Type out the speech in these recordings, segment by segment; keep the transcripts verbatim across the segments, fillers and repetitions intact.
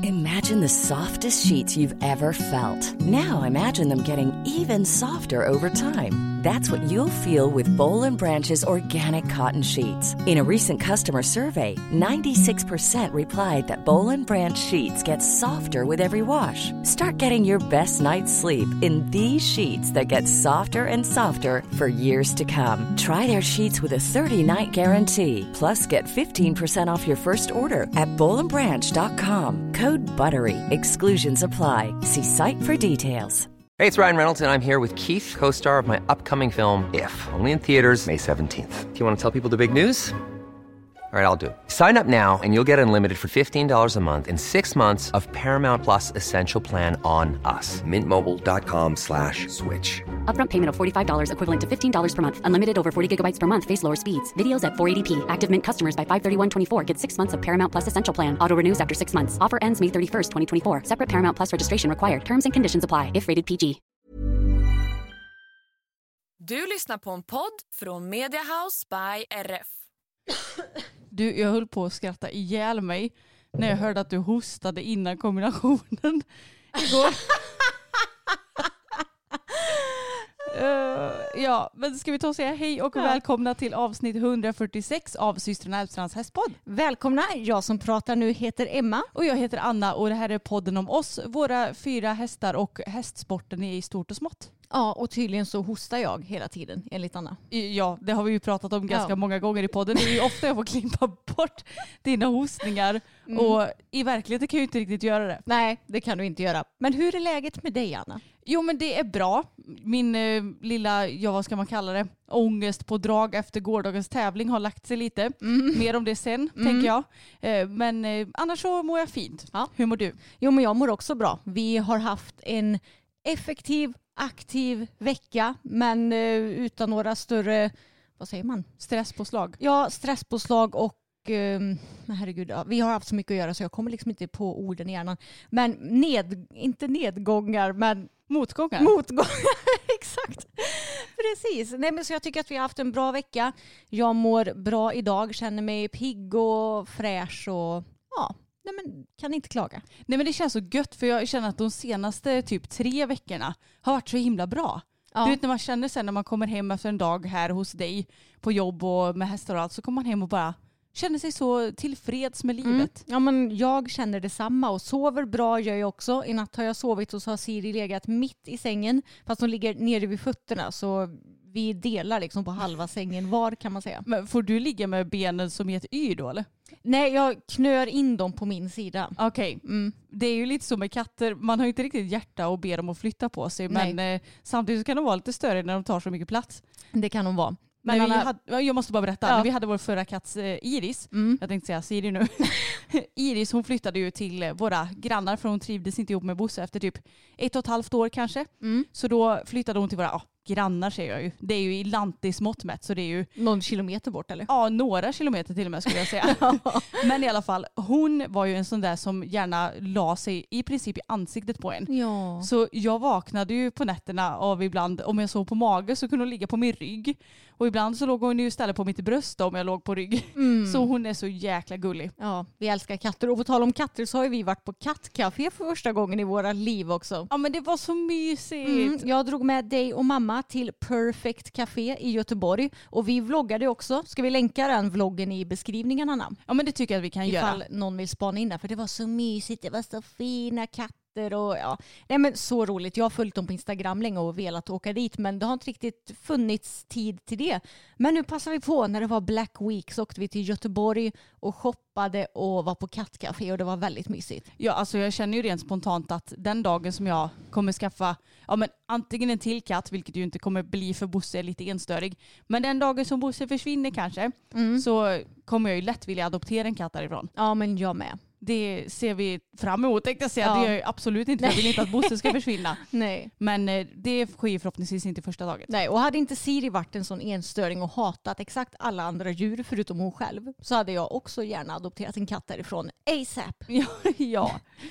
Imagine the softest sheets you've ever felt. Now imagine them getting even softer over time. That's what you'll feel with Boll and Branch's organic cotton sheets. In a recent customer survey, ninety-six percent replied that Boll and Branch sheets get softer with every wash. Start getting your best night's sleep in these sheets that get softer and softer for years to come. Try their sheets with a thirty-night guarantee. Plus, get fifteen percent off your first order at boll and branch dot com. Code BUTTERY. Exclusions apply. See site for details. Hey, it's Ryan Reynolds, and I'm here with Keith, co-star of my upcoming film, If, only in theaters May seventeenth. Do you want to tell people the big news? All right, I'll do it. Sign up now and you'll get unlimited for fifteen dollars a month and six months of Paramount Plus Essential Plan on us. Mint Mobile dot com slash switch. Upfront payment of forty-five dollars equivalent to fifteen dollars per month. Unlimited over forty gigabytes per month. Face lower speeds. Videos at four eighty p. Active Mint customers by five thirty-one twenty-four get six months of Paramount Plus Essential Plan. Auto renews after six months. Offer ends May thirty-first, twenty twenty-four. Separate Paramount Plus registration required. Terms and conditions apply if rated P G. Du lyssnar på en podd från Media House by R F. Du, jag höll på att skratta ihjäl mig när jag hörde att du hostade innan kombinationen igår. uh, ja, men ska vi ta och säga hej och ja. välkomna till avsnitt hundrafyrtiosex av Systrarna Elfstrands hästpodd. Välkomna, jag som pratar nu heter Emma. Och jag heter Anna och det här är podden om oss, våra fyra hästar och hästsporten i stort och smått. Ja, och tydligen så hostar jag hela tiden, enligt Anna. Ja, det har vi ju pratat om ganska ja. många gånger i podden. Det är ju ofta jag får klippa bort dina hostningar. Mm. Och i verkligheten kan jag ju inte riktigt göra det. Nej, det kan du inte göra. Men hur är läget med dig, Anna? Jo, men det är bra. Min eh, lilla, ja vad ska man kalla det, ångest på drag efter gårdagens tävling har lagt sig lite. Mm. Mer om det sen, mm. tänker jag. Eh, men eh, annars så mår jag fint. Ja. Hur mår du? Jo, men jag mår också bra. Vi har haft en effektiv aktiv vecka, men eh, utan några större, vad säger man? Stresspåslag. Ja, stresspåslag och eh, herregud, ja, vi har haft så mycket att göra så jag kommer liksom inte på orden i hjärnan. Men ned, inte nedgångar, men motgångar. Motgångar, exakt. Precis. Nej, men så jag tycker att vi har haft en bra vecka. Jag mår bra idag, känner mig pigg och fräsch och ja. Nej, men kan inte klaga. Nej, men det känns så gött för jag känner att de senaste typ tre veckorna har varit så himla bra. Ja. Du vet när man känner sen när man kommer hem efter en dag här hos dig på jobb och med hästar och allt så kommer man hem och bara känner sig så tillfreds med livet. Mm. Ja, men jag känner detsamma och sover bra gör jag också. I natt har jag sovit och så har Siri legat mitt i sängen fast hon ligger nere vid fötterna så vi delar liksom på halva sängen var kan man säga. Men får du ligga med benen som i ett y då eller? Nej, jag knör in dem på min sida. Okej, okay. mm. Det är ju lite så med katter. Man har ju inte riktigt hjärta och ber dem att flytta på sig. Nej. Men eh, samtidigt så kan de vara lite större när de tar så mycket plats. Det kan de vara. Men vi hade, jag måste bara berätta. Ja. När vi hade vår förra katts eh, Iris. Mm. Jag tänkte säga Siri nu. Iris hon flyttade ju till eh, våra grannar för hon trivdes inte ihop med Bosse efter typ ett och ett halvt år kanske. Mm. Så då flyttade hon till våra ah, grannar säger jag ju. Det är ju i Lantis mått mätt så det är ju någon kilometer bort eller? Ja, några kilometer till och med skulle jag säga. Men i alla fall, hon var ju en sån där som gärna la sig i princip i ansiktet på en. Ja. Så jag vaknade ju på nätterna av ibland, om jag sov på mage så kunde hon ligga på min rygg. Och ibland så låg hon ju istället på mitt bröst om jag låg på rygg. Mm. Så hon är så jäkla gullig. Ja, vi älskar katter. Och på tal om katter så har vi varit på kattcafé för första gången i våra liv också. Ja, men det var så mysigt. Mm. Jag drog med dig och mamma till Perfect Café i Göteborg. Och vi vloggade också. Ska vi länka den vloggen i beskrivningen, Anna? Ja, men det tycker jag att vi kan Ifall göra. Ifall någon vill spana in där. För det var så mysigt. Det var så fina katter. Och ja, nej men så roligt. Jag har följt dem på Instagram länge och velat åka dit men det har inte riktigt funnits tid till det. Men nu passar vi på när det var Black Week så åkte vi till Göteborg och shoppade och var på kattcafé och det var väldigt mysigt. Ja, alltså jag känner ju rent spontant att den dagen som jag kommer skaffa ja, men antingen en till katt, vilket ju inte kommer bli för Bosse är lite enstörig. Men den dagen som Bosse försvinner kanske mm. så kommer jag ju lätt vilja adoptera en katt därifrån. Ja, men jag med. Det ser vi fram emot, tänkte jag säga. Ja. Det gör jag absolut inte. Jag vill inte att Bosse ska försvinna. Nej. Men det sker förhoppningsvis inte första dagen. Nej, och hade inte Siri varit en sån enstöring och hatat exakt alla andra djur förutom hon själv så hade jag också gärna adopterat en katt därifrån ASAP. Ja, ja.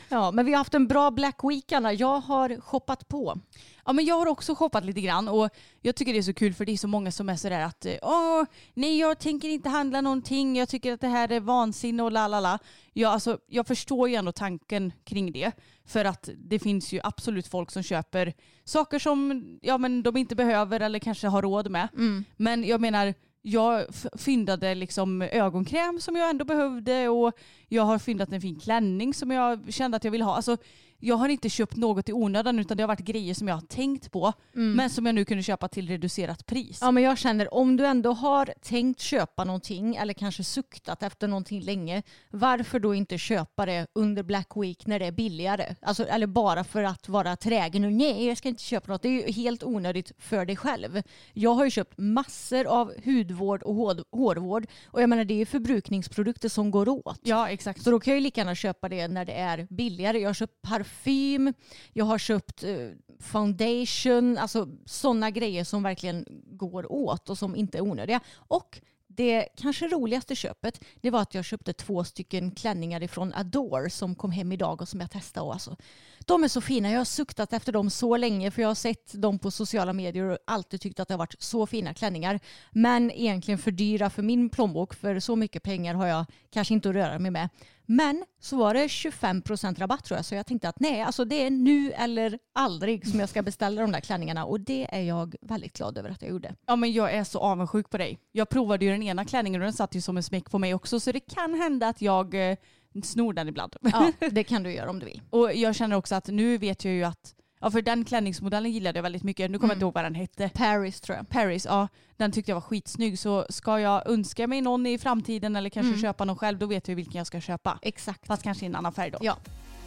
Ja, men vi har haft en bra Black Week, Anna. Jag har shoppat på. Ja, men jag har också shoppat lite grann och jag tycker det är så kul för det är så många som är sådär att åh, nej jag tänker inte handla någonting, jag tycker att det här är vansinne och lalala. Ja, alltså, jag förstår ju ändå tanken kring det för att det finns ju absolut folk som köper saker som ja, men de inte behöver eller kanske har råd med. Mm. Men jag menar, jag fyndade liksom ögonkräm som jag ändå behövde och jag har fyndat en fin klänning som jag kände att jag vill ha. Alltså, jag har inte köpt något i onödan utan det har varit grejer som jag har tänkt på mm. men som jag nu kunde köpa till reducerat pris. Ja, men jag känner om du ändå har tänkt köpa någonting eller kanske suktat efter någonting länge, varför då inte köpa det under Black Week när det är billigare? Alltså, eller bara för att vara trägen och nej, jag ska inte köpa något. Det är ju helt onödigt för dig själv. Jag har ju köpt massor av hudvård och hår, hårvård och jag menar det är ju förbrukningsprodukter som går åt. Ja, exakt. Så då kan jag ju lika gärna köpa det när det är billigare. Jag har köpt parfym Parfym, jag har köpt eh, foundation, alltså sådana grejer som verkligen går åt och som inte är onödiga. Och det kanske roligaste köpet, det var att jag köpte två stycken klänningar ifrån Adore som kom hem idag och som jag testade. Och alltså, de är så fina, jag har suktat efter dem så länge för jag har sett dem på sociala medier och alltid tyckt att det har varit så fina klänningar. Men egentligen för dyra för min plånbok, för så mycket pengar har jag kanske inte att röra mig med. Men så var det tjugofem procent rabatt tror jag, så jag tänkte att nej, alltså det är nu eller aldrig som jag ska beställa de där klänningarna och det är jag väldigt glad över att jag gjorde. Ja, men jag är så avundsjuk på dig. Jag provade ju den ena klänningen och den satt ju som en smäck på mig också, så det kan hända att jag eh, snor den ibland. Ja, det kan du göra om du vill. Och jag känner också att nu vet jag ju att ja, för den klänningsmodellen gillade jag väldigt mycket. Nu kommer mm. jag inte ihåg vad den hette. Paris tror jag. Paris, ja. Den tyckte jag var skitsnygg. Så ska jag önska mig någon i framtiden eller kanske mm. köpa någon själv, då vet jag vilken jag ska köpa. Exakt. Fast kanske i en annan färg då. Ja.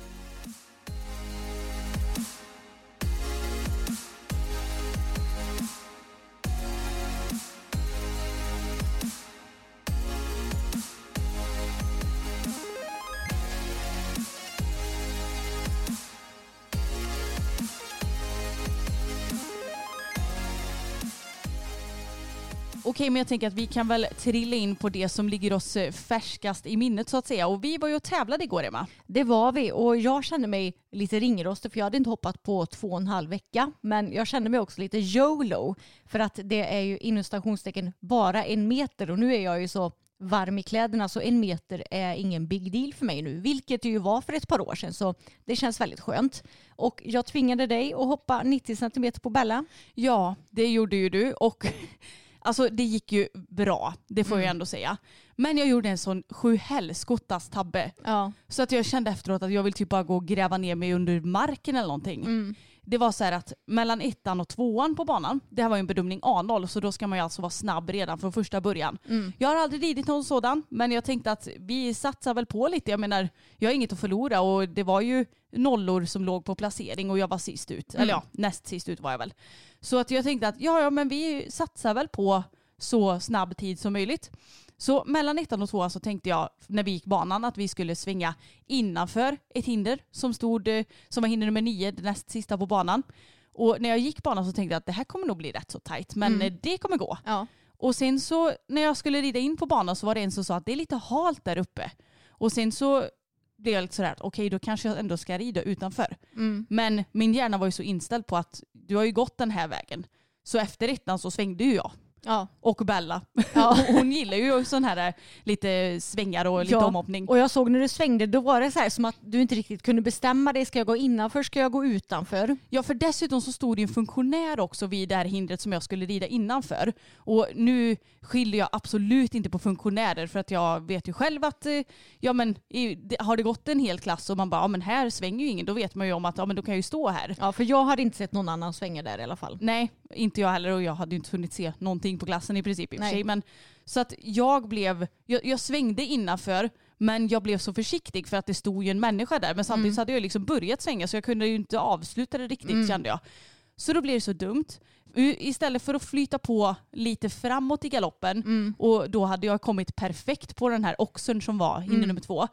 Okej, men jag tänker att vi kan väl trilla in på det som ligger oss färskast i minnet så att säga. Och vi var ju och tävlade igår, Emma. Det var vi och jag kände mig lite ringrostig för jag hade inte hoppat på två och en halv vecka. Men jag kände mig också lite YOLO för att det är ju inom stationstecken bara en meter och nu är jag ju så varm i kläderna så en meter är ingen big deal för mig nu. Vilket det ju var för ett par år sedan så det känns väldigt skönt. Och jag tvingade dig att hoppa nittio centimeter på Bella. Ja, det gjorde ju du och... Alltså det gick ju bra, det får mm. jag ändå säga. Men jag gjorde en sån sjuhelskottas tabbe. Ja. Så att jag kände efteråt att jag vill typ bara gå och gräva ner mig under marken eller någonting. Mm. Det var så här att mellan ettan och tvåan på banan, det här var ju en bedömning A noll så då ska man ju alltså vara snabb redan från första början. Mm. Jag har aldrig ridit någon sådan men jag tänkte att vi satsar väl på lite. Jag menar, jag har inget att förlora och det var ju nollor som låg på placering och jag var sist ut. Mm. Eller ja, näst sist ut var jag väl. Så att jag tänkte att ja, ja men vi satsar väl på så snabb tid som möjligt. Så mellan ettan och tvåan så tänkte jag när vi gick banan att vi skulle svänga innanför ett hinder som stod som var hinder nummer nio, det näst sista på banan. Och när jag gick banan så tänkte jag att det här kommer nog bli rätt så tajt, men mm. det kommer gå. Ja. Och sen så när jag skulle rida in på banan så var det en som sa att det är lite halt där uppe. Och sen så blev jag lite sådär, okej okay, då kanske jag ändå ska rida utanför. Mm. Men min hjärna var ju så inställd på att du har ju gått den här vägen. Så efter ettan så svängde ju jag. Ja. Och Bella. Ja. Hon gillar ju sån här lite svängar och lite ja. omhoppning. Och jag såg när du svängde, då var det så här som att du inte riktigt kunde bestämma dig. Ska jag gå innanför? Ska jag gå utanför? Ja, för dessutom så stod det ju en funktionär också vid det här hindret som jag skulle rida innanför. Och nu skiljer jag absolut inte på funktionärer för att jag vet ju själv att ja men har det gått en hel klass och man bara ja men här svänger ju ingen, då vet man ju om att ja men då kan jag ju stå här. Ja, för jag hade inte sett någon annan svänga där i alla fall. Nej, inte jag heller och jag hade ju inte hunnit se någonting på klassen i princip i och för sig. Men så att jag blev, jag, jag svängde innanför men jag blev så försiktig för att det stod ju en människa där. Men samtidigt mm. så hade jag liksom börjat svänga så jag kunde ju inte avsluta det riktigt mm. kände jag. Så då blev det så dumt. Istället för att flyta på lite framåt i galoppen mm. och då hade jag kommit perfekt på den här oxen som var hinder mm. nummer två.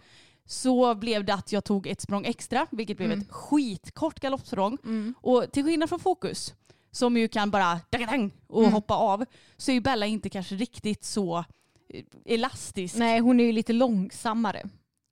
Så blev det att jag tog ett språng extra vilket blev mm. ett skitkort galoppsprång. Mm. Och till skillnad från Fokus som ju kan bara och mm. hoppa av så är ju Bella inte kanske riktigt så elastisk. Nej, hon är ju lite långsammare.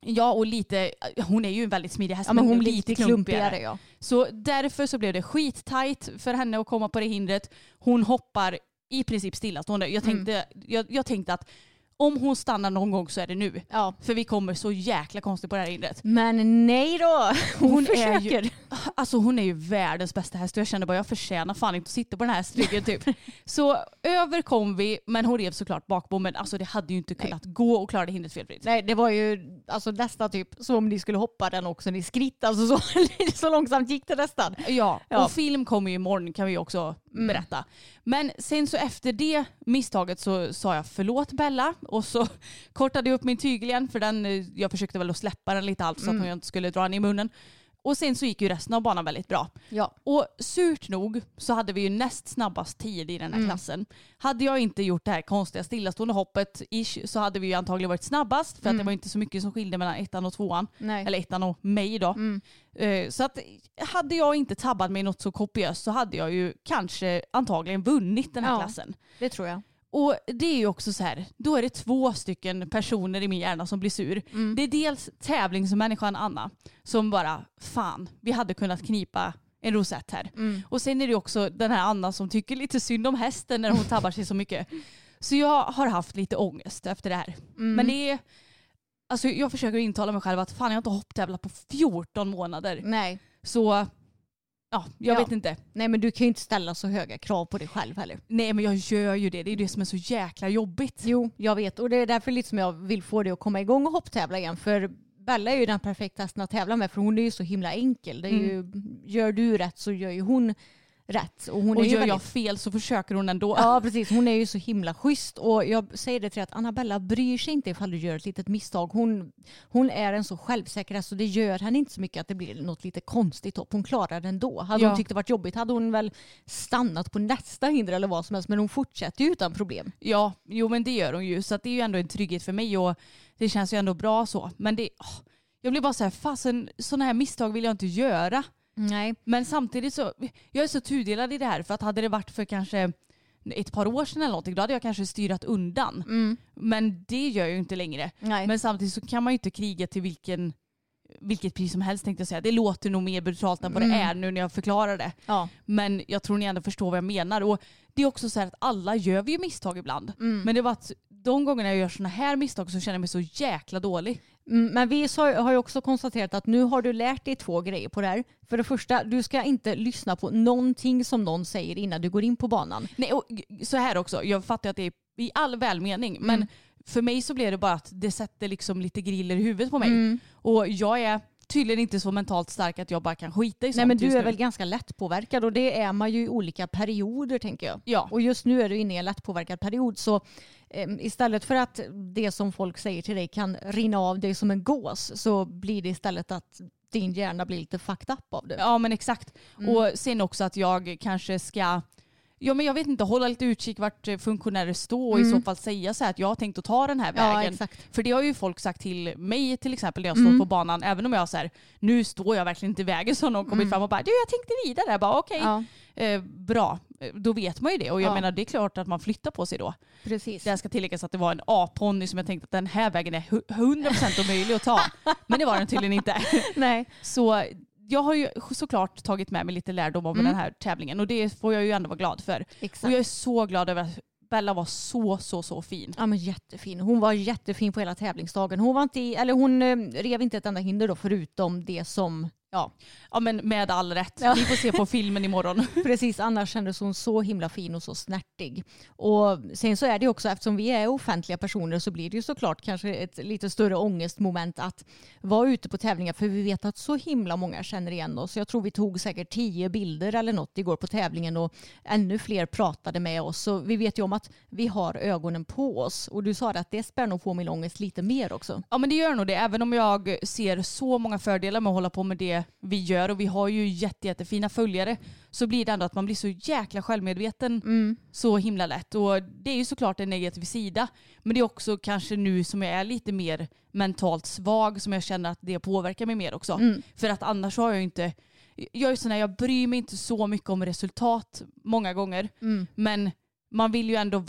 Ja, och lite, hon är ju en väldigt smidig häst, ja, men hon men blir lite lite klumpigare. klumpigare ja. Så därför så blev det skittajt för henne att komma på det hindret. Hon hoppar i princip stillastående. Jag tänkte, mm. jag, jag tänkte att om hon stannar någon gång så är det nu. Ja. För vi kommer så jäkla konstigt på det här hindret. Men nej då, hon, hon försöker. Är ju, alltså hon är ju världens bästa häst och jag kände bara jag förtjänar fan inte att sitta på den här hästryggen typ. Så över kom vi, men hon rev såklart bakbommen. Alltså det hade ju inte kunnat nej. gå och klara det hindret felfritt. Nej, det var ju alltså nästan typ som om ni skulle hoppa den också i skritt. Alltså så, så långsamt gick det nästan. Ja, ja, och film kommer ju imorgon kan vi också mm. berätta. Men sen så efter det misstaget så sa jag förlåt Bella och så kortade jag upp min tygel igen för den, jag försökte väl att släppa den lite allt så mm. att hon inte skulle dra den i munnen. Och sen så gick ju resten av banan väldigt bra. Ja. Och surt nog så hade vi ju näst snabbast tid i den här mm. klassen. Hade jag inte gjort det här konstiga stillastående hoppet ish, så hade vi ju antagligen varit snabbast. För mm. att det var inte så mycket som skilde mellan ettan och tvåan. Nej. Eller ettan och mig då. Mm. Uh, så att hade jag inte tabbat mig något så kopiöst så hade jag ju kanske antagligen vunnit den här ja, klassen. Det tror jag. Och det är ju också så här, då är det två stycken personer i min hjärna som blir sur. Mm. Det är dels tävlingsmänniskan Anna som bara, fan, vi hade kunnat knipa en rosett här. Mm. Och sen är det också den här Anna som tycker lite synd om hästen när hon tabbar sig så mycket. Så jag har haft lite ångest efter det här. Mm. Men det är, alltså jag försöker intala mig själv att fan jag har inte hopptävlat på fjorton månader. Nej. Så... Ja, jag ja. vet inte. Nej, men du kan ju inte ställa så höga krav på dig själv heller. Nej, men jag gör ju det. Det är det som är så jäkla jobbigt. Jo, jag vet. Och det är därför lite som jag vill få dig att komma igång och hopptävla igen. För Bella är ju den perfekta hästen att tävla med. För hon är ju så himla enkel. Det är mm. ju, gör du rätt så gör ju hon rätt. Och, hon och är ju gör väldigt... jag fel så försöker hon ändå. Ja, precis. Hon är ju så himla schysst. Och jag säger det till att Annabella bryr sig inte ifall du gör ett litet misstag. Hon, hon är en så självsäker häst, så det gör henne inte så mycket att det blir något lite konstigt upp. Hon klarar det ändå. Hade ja. hon tyckt det varit jobbigt hade hon väl stannat på nästa hinder eller vad som helst. Men hon fortsätter ju utan problem. Ja, jo men det gör hon ju. Så att det är ju ändå en trygghet för mig och det känns ju ändå bra så. Men det, åh, jag blir bara så här, fasen, sådana här misstag vill jag inte göra. Nej. Men samtidigt så, jag är så tudelad i det här för att hade det varit för kanske ett par år sedan eller någonting då hade jag kanske styrat undan. Mm. Men det gör jag ju inte längre. Nej. Men samtidigt så kan man ju inte kriga till vilken, vilket pris som helst tänkte jag säga. Det låter nog mer brutalt än vad mm. det är nu när jag förklarar det. Ja. Men jag tror ni ändå förstår vad jag menar. Och det är också så här att alla gör vi ju misstag ibland. Mm. Men det var att de gångerna jag gör såna här misstag så känner jag mig så jäkla dålig. Mm, men vi har ju också konstaterat att nu har du lärt dig två grejer på det här. För det första, du ska inte lyssna på någonting som någon säger innan du går in på banan. Nej, och så här också. Jag fattar att det är i all välmening. Mm. Men för mig så blir det bara att det sätter liksom lite griller i huvudet på mig. Mm. Och jag är tydligen inte så mentalt stark att jag bara kan skita i sånt. Nej, men du är nu. väl ganska lättpåverkad och det är man ju i olika perioder tänker jag. Ja. Och just nu är du inne i en lättpåverkad period så eh, istället för att det som folk säger till dig kan rinna av dig som en gås så blir det istället att din hjärna blir lite fucked up av det. Ja men exakt. Mm. Och sen också att jag kanske ska... Ja men jag vet inte, hålla lite utkik vart funktionärer står och mm. i så fall säga så här att jag har tänkt att ta den här vägen. Ja, exakt. För det har ju folk sagt till mig till exempel när jag står mm. på banan. Även om jag så här, nu står jag verkligen inte i vägen så någon kommer mm. fram och bara du jag tänkte vidare. Jag bara okej, okay. ja. eh, bra. Då vet man ju det. Och jag ja. menar det är klart att man flyttar på sig då. Precis. Det ska tilläggas att det var en A-ponny som jag tänkte att den här vägen är hundra procent omöjlig att ta. Men det var den tydligen inte. Nej. Så... Jag har ju såklart tagit med mig lite lärdom om mm. den här tävlingen och det får jag ju ändå vara glad för. Exakt. Och jag är så glad över att Bella var så, så, så fin. Ja men jättefin. Hon var jättefin på hela tävlingsdagen. Hon var inte i, eller hon eh, rev inte ett enda hinder då förutom det som Ja. ja, men med all rätt. Ja. Vi får se på filmen imorgon. Precis, annars kändes hon så himla fin och så snärtig. Och sen så är det också, eftersom vi är offentliga personer så blir det ju såklart kanske ett lite större ångestmoment att vara ute på tävlingar. För vi vet att så himla många känner igen oss. Jag tror vi tog säkert tio bilder eller något igår på tävlingen och ännu fler pratade med oss. Så vi vet ju om att vi har ögonen på oss. Och du sa att det spär nog på min ångest lite mer också. Ja, men det gör nog det. Även om jag ser så många fördelar med att hålla på med det vi gör och vi har ju jätte, jättefina följare, så blir det ändå att man blir så jäkla självmedveten mm. så himla lätt. Och det är ju såklart en negativ sida, men det är också kanske nu som jag är lite mer mentalt svag som jag känner att det påverkar mig mer också. Mm. För att annars har jag ju inte, jag är sån här, jag bryr mig inte så mycket om resultat många gånger, mm. men man vill ju ändå vara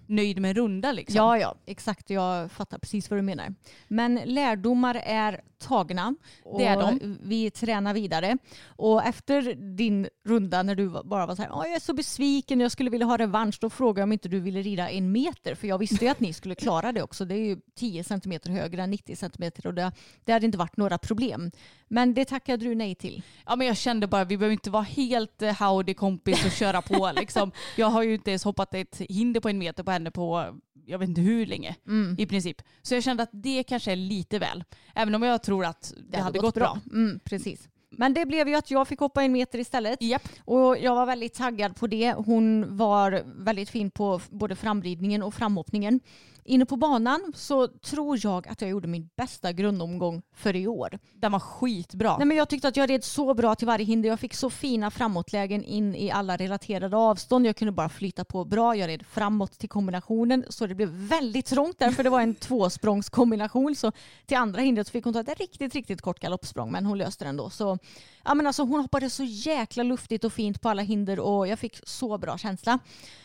nöjd med en runda liksom. Ja, ja, exakt. Jag fattar precis vad du menar. Men lärdomar är tagna. Och det är de. Vi tränar vidare. Och efter din runda när du bara var så här, jag är så besviken, jag skulle vilja ha revansch, då frågade jag om inte du ville rida en meter. För jag visste ju att ni skulle klara det också. Det är ju tio centimeter högre än nittio centimeter och det, det hade inte varit några problem. Men det tackade du nej till. Ja, men jag kände bara, vi behöver inte vara helt eh, howdy kompis och köra på. Liksom. Jag har ju inte ens hoppat ett hinder på en meter på henne på jag vet inte hur länge mm. i princip. Så jag kände att det kanske är lite väl. Även om jag tror att det, det hade, hade gått, gått bra. bra. Mm, precis. Men det blev ju att jag fick hoppa en meter istället. Yep. Och jag var väldigt taggad på det. Hon var väldigt fin på både framridningen och framhoppningen. Inne på banan så tror jag att jag gjorde min bästa grundomgång för i år. Den var skitbra. Nej, men jag tyckte att jag red så bra till varje hinder. Jag fick så fina framåtlägen in i alla relaterade avstånd. Jag kunde bara flyta på bra. Jag red framåt till kombinationen. Så det blev väldigt trångt där för det var en tvåsprångskombination. Så till andra hindret så fick hon ta ett riktigt, riktigt kort galoppsprång. Men hon löste det ändå. Så ja, men alltså, hon hoppade så jäkla luftigt och fint på alla hinder. Och jag fick så bra känsla.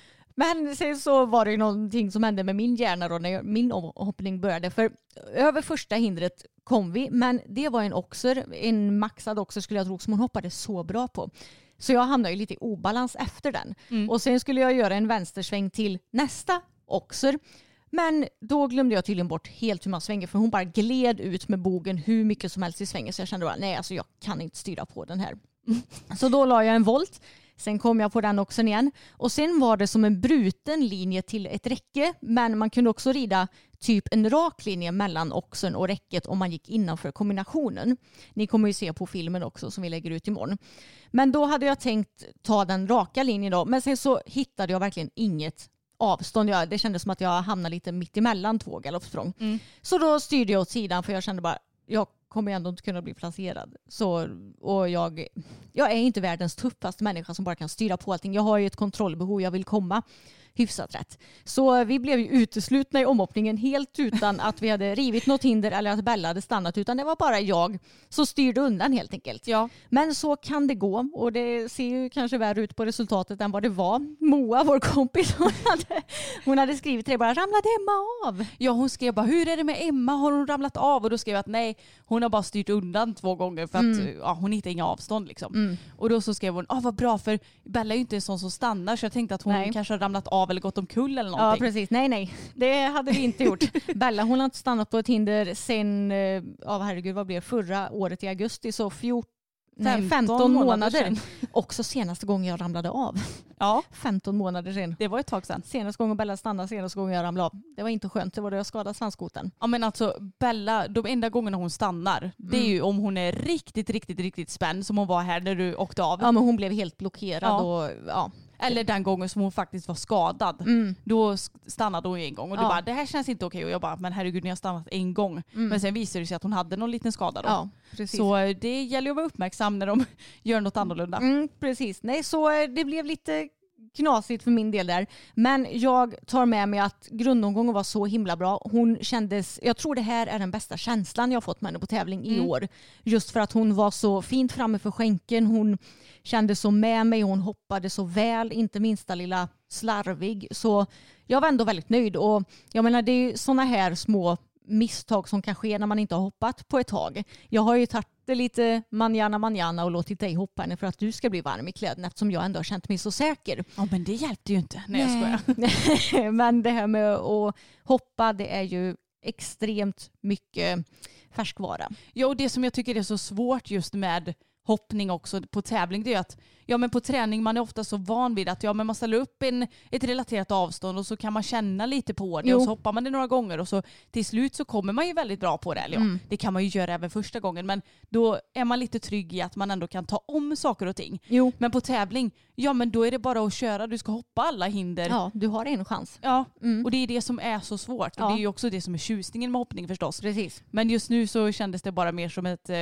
Men sen så var det ju någonting som hände med min hjärna då när min hoppning började. För över första hindret kom vi, men det var en oxer, en maxad oxer skulle jag tro, som hon hoppade så bra på. Så jag hamnade ju lite i obalans efter den. Mm. Och sen skulle jag göra en vänstersväng till nästa oxer. Men då glömde jag tydligen bort helt hur man svänger, för hon bara gled ut med bogen hur mycket som helst i svängen. Så jag kände bara, nej alltså jag kan inte styra på den här. Mm. Så då la jag en volt. Sen kom jag på den också igen. Och sen var det som en bruten linje till ett räcke. Men man kunde också rida typ en rak linje mellan oxen och räcket om man gick innanför kombinationen. Ni kommer ju se på filmen också som vi lägger ut imorgon. Men då hade jag tänkt ta den raka linjen då. Men sen så hittade jag verkligen inget avstånd. Jag, det kändes som att jag hamnade lite mitt emellan två galoppsprång. Mm. Så då styrde jag åt sidan för jag kände bara, jag kommer ändå inte kunna bli placerad. Så, och jag, jag är inte världens tuffaste människa som bara kan styra på allting. Jag har ju ett kontrollbehov, jag vill komma hyfsat rätt. Så vi blev ju uteslutna i omhoppningen helt utan att vi hade rivit något hinder eller att Bella hade stannat, utan det var bara jag som styrde undan helt enkelt. Ja. Men så kan det gå och det ser ju kanske värre ut på resultatet än vad det var. Moa, vår kompis, hon hade, hon hade skrivit till det, bara ramlade Emma av? Ja, hon skrev bara, hur är det med Emma? Har hon ramlat av? Och då skrev jag att nej, hon har bara styrt undan två gånger för att mm. ja, hon hittar inga avstånd liksom. Mm. Och då så skrev hon, ah, vad bra, för Bella är ju inte en sån som stannar, så jag tänkte att hon nej. kanske har ramlat av eller gått omkull eller någonting. Ja, precis. Nej, nej. Det hade vi inte gjort. Bella, hon har inte stannat på ett hinder sen, ja herregud, vad blev det? Förra året i augusti, så fjorton, nej, femton månader. Också senaste gången jag ramlade av. Ja. femton månader sedan. Det var ett tag sedan. Senaste gången Bella stannade, senaste gången jag ramlade av. Det var inte skönt, det var då jag skadade svanskoten. Ja, men alltså Bella, de enda gångerna hon stannar, mm. det är ju om hon är riktigt, riktigt, riktigt spänd, som hon var här när du åkte av. Ja, men hon blev helt blockerad ja. och ja. Eller den gången som hon faktiskt var skadad. Mm. Då stannade hon en gång. Och ja. du bara, det här känns inte okej. Och jag bara, men herregud, ni har stannat en gång. Mm. Men sen visade det sig att hon hade någon liten skada då. Ja, precis. Så det gäller ju att vara uppmärksam när de gör något annorlunda. Mm, precis. Nej, så det blev lite knasigt för min del där. Men jag tar med mig att grundomgången var så himla bra. Hon kändes, jag tror det här är den bästa känslan jag fått med henne på tävling i mm. år. Just för att hon var så fint framme för skänken. Hon kände så med mig. Hon hoppade så väl. Inte minsta lilla slarvig. Så jag var ändå väldigt nöjd. Och jag menar, det är såna här små misstag som kan ske när man inte har hoppat på ett tag. Jag har ju tagit det lite manjana manjana och låtit dig hoppa henne för att du ska bli varm i kläderna, eftersom jag ändå har känt mig så säker. Ja, men det hjälpte ju inte. Nej, jag skojar. Men det här med att hoppa, det är ju extremt mycket färskvara. Ja, och det som jag tycker är så svårt just med hoppning också på tävling, det är att ja, men på träning man är ofta så van vid att ja, men man ställer upp en, ett relaterat avstånd och så kan man känna lite på det jo. och så hoppar man det några gånger och så till slut så kommer man ju väldigt bra på det. Eller, ja, mm. det kan man ju göra även första gången, men då är man lite trygg i att man ändå kan ta om saker och ting. Jo. Men på tävling, ja men då är det bara att köra, du ska hoppa alla hinder. Ja, du har en chans. Ja, mm. och det är det som är så svårt. Ja. Och det är ju också det som är tjusningen med hoppning förstås. Precis. Men just nu så kändes det bara mer som ett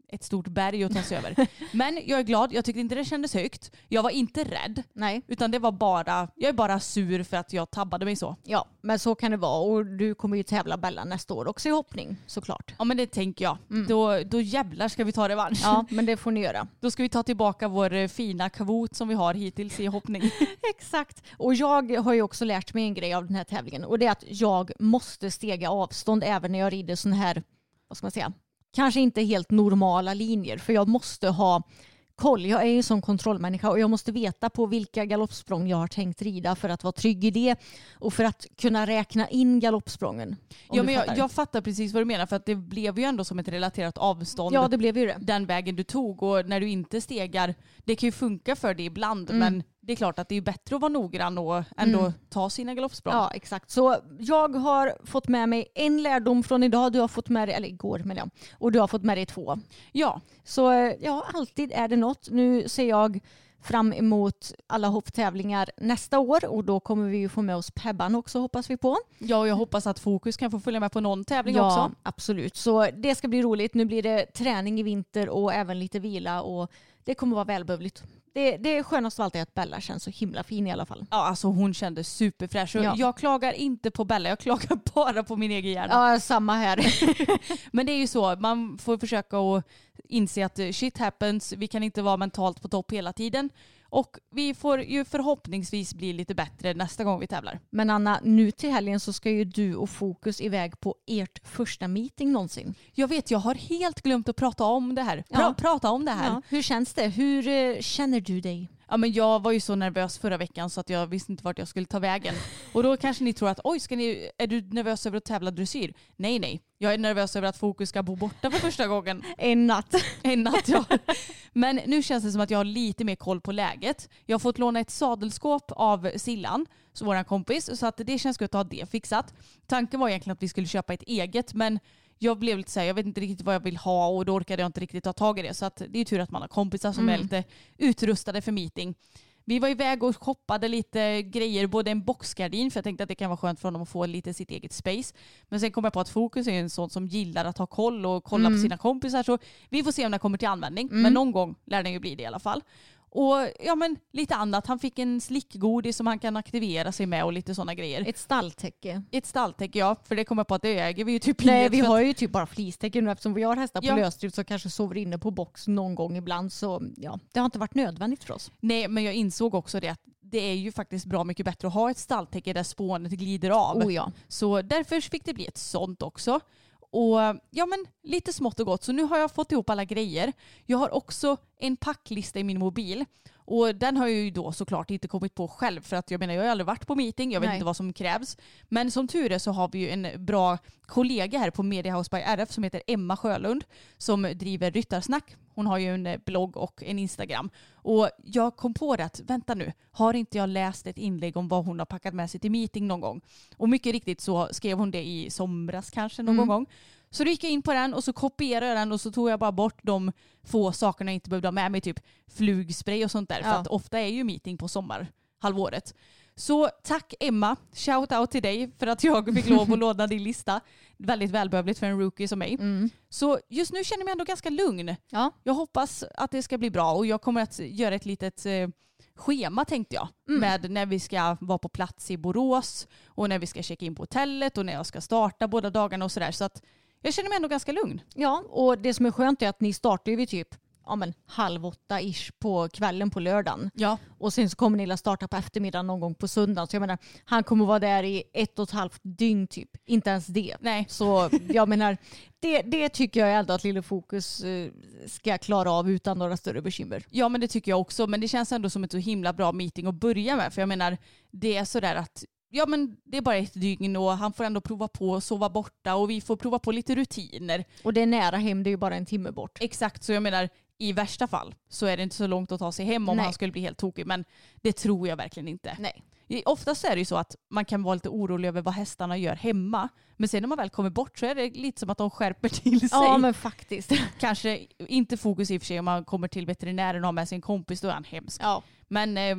ett stort berg att ta sig över. Men jag är glad, jag tyckte inte det kändes högt. Jag var inte rädd. Nej. Utan det var bara, jag är bara sur för att jag tabbade mig så. Ja, men så kan det vara. Och du kommer ju tävla Bella nästa år också i hoppning, såklart. Ja, men det tänker jag. Mm. Då, då jävlar ska vi ta revansch. Ja, men det får ni göra. Då ska vi ta tillbaka vår fina kvot som vi har hittills i hoppning. Exakt. Och jag har ju också lärt mig en grej av den här tävlingen. Och det är att jag måste stega avstånd även när jag rider sån här, vad ska man säga, kanske inte helt normala linjer. För jag måste ha koll. Jag är ju en sån kontrollmänniska och jag måste veta på vilka galoppsprång jag har tänkt rida för att vara trygg i det och för att kunna räkna in galoppsprången. Ja, men jag, jag fattar precis vad du menar, för att det blev ju ändå som ett relaterat avstånd. Ja, det blev ju det. Den vägen du tog, och när du inte stegar, det kan ju funka för det ibland, mm. men det är klart att det är bättre att vara noggrann och ändå mm. ta sina galoppsprång. Ja, exakt. Så jag har fått med mig en lärdom från idag. Du har fått med dig, eller igår med det. Och du har fått med dig två. Ja. Så ja, alltid är det något. Nu ser jag fram emot alla hopptävlingar nästa år och då kommer vi ju få med oss Pebban också, hoppas vi på. Ja, och jag hoppas att Fokus kan få följa med på någon tävling ja, också. Ja, absolut. Så det ska bli roligt. Nu blir det träning i vinter och även lite vila och det kommer vara välbehövligt. Det, det är skönast av allt är att Bella känns så himla fin i alla fall. Ja, alltså hon kände superfräsch. Ja. Jag klagar inte på Bella, jag klagar bara på min egen hjärna. Ja, samma här. Men det är ju så, man får försöka att inse att shit happens. Vi kan inte vara mentalt på topp hela tiden. Och vi får ju förhoppningsvis bli lite bättre nästa gång vi tävlar. Men Anna, nu till helgen så ska ju du och Fokus iväg på ert första meeting någonsin. Jag vet, jag har helt glömt att prata om det här. Pra- ja. Prata om det här. Ja. Hur känns det? Hur eh, känner du dig? Ja, men jag var ju så nervös förra veckan så att jag visste inte vart jag skulle ta vägen. Och då kanske ni tror att oj, ska ni, är du nervös över att tävla dressyr? Nej, nej. Jag är nervös över att Fokus ska bo borta för första gången. En natt. En natt, ja. Men nu känns det som att jag har lite mer koll på läget. Jag har fått låna ett sadelskåp av Sillan, så våran kompis, så att det känns gott att ha det fixat. Tanken var egentligen att vi skulle köpa ett eget, men jag blev lite så här, jag vet inte riktigt vad jag vill ha och då orkade jag inte riktigt ta tag i det. Så att det är tur att man har kompisar som mm. är lite utrustade för meeting. Vi var iväg och shoppade lite grejer, både en boxgardin, för jag tänkte att det kan vara skönt för honom att få lite sitt eget space. Men sen kom jag på att Fokus är en sån som gillar att ha koll och kolla mm. på sina kompisar. Så vi får se om det kommer till användning. Mm. Men någon gång lär den ju bli det i alla fall. Och ja, men lite annat. Han fick en slickgodis som han kan aktivera sig med och lite sådana grejer. Ett stalltäcke. Ett stalltäcke, ja. För det kommer på att det äger vi ju typ Nej, inget. Vi har ju typ bara flistäcken nu eftersom vi har hästar på ja. lösdrift så kanske sover inne på box någon gång ibland. Så ja, det har inte varit nödvändigt för oss. Nej, men jag insåg också det att det är ju faktiskt bra mycket bättre att ha ett stalltäcke där spånet glider av. Oh, ja. Så därför fick det bli ett sånt också. Och ja, men lite smått och gott. Så nu har jag fått ihop alla grejer. Jag har också en packlista i min mobil. Och den har jag ju då såklart inte kommit på själv. För att jag menar, jag har aldrig varit på meeting. Jag vet Nej. inte vad som krävs. Men som tur är så har vi ju en bra kollega här på Media House by R F som heter Emma Sjölund. Som driver Ryttarsnack. Hon har ju en blogg och en Instagram. Och jag kom på det att, vänta nu, har inte jag läst ett inlägg om vad hon har packat med sig till meeting någon gång? Och mycket riktigt så skrev hon det i somras kanske någon mm. gång. Så då gick jag in på den och så kopierade jag den och så tog jag bara bort de få sakerna jag inte behövde ha med mig, typ flugspray och sånt där. Ja. För att ofta är ju meeting på sommarhalvåret. Så tack Emma, shout out till dig för att jag fick lov att låna din lista. Väldigt välbehövligt för en rookie som mig. Mm. Så just nu känner jag mig ändå ganska lugn. Ja. Jag hoppas att det ska bli bra och jag kommer att göra ett litet eh, schema tänkte jag. Mm. Med när vi ska vara på plats i Borås och när vi ska checka in på hotellet och när jag ska starta båda dagarna och sådär. Så att jag känner mig ändå ganska lugn. Ja, och det som är skönt är att ni startar ju vid typ ja, men, halv åtta ish på kvällen på lördagen. Ja. Och sen så kommer ni att starta på eftermiddagen någon gång på söndagen. Så jag menar, han kommer vara där i ett och ett halvt dygn typ. Inte ens det. Nej. Så jag menar, det, det tycker jag ändå att Lille Fokus uh, ska klara av utan några större bekymmer. Ja, men det tycker jag också. Men det känns ändå som ett så himla bra meeting att börja med. För jag menar, det är sådär att ja, men det är bara ett dygn och han får ändå prova på att sova borta och vi får prova på lite rutiner. Och det är nära hem, det är ju bara en timme bort. Exakt, så jag menar i värsta fall så är det inte så långt att ta sig hem om Nej. han skulle bli helt tokig, men det tror jag verkligen inte. Nej. Oftast är det ju så att man kan vara lite orolig över vad hästarna gör hemma. Men sen när man väl kommer bort så är det lite som att de skärper till sig. Ja, men faktiskt. Kanske inte Fokus i och för sig om man kommer till veterinären och har med sin kompis, då är han hemsk. Ja. Men eh,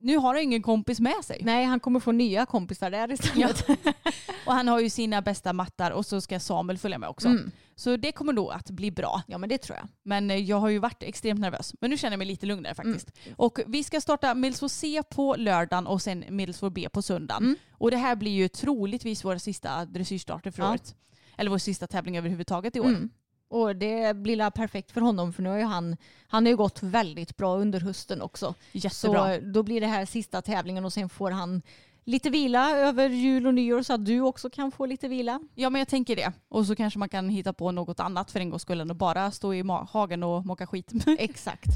nu har han ingen kompis med sig. Nej, han kommer få nya kompisar där istället. Ja. Och han har ju sina bästa mattar och så ska Samuel följa med också. Mm. Så det kommer då att bli bra. Ja, men det tror jag. Men jag har ju varit extremt nervös. Men nu känner jag mig lite lugnare faktiskt. Mm. Och vi ska starta Middlesbrough C på lördagen och sen Middlesbrough B på söndagen. Mm. Och det här blir ju troligtvis våra sista dressyrstarter för ja. året. Eller vår sista tävling överhuvudtaget i år. Mm. Och det blir perfekt för honom för nu har ju han, han har ju gått väldigt bra under hösten också. Jättebra. Så då blir det här sista tävlingen och sen får han lite vila över jul och nyår så att du också kan få lite vila. Ja, men jag tänker det. Och så kanske man kan hitta på något annat för en gångs skull än att bara stå i ma- hagen och mocka skit. Exakt.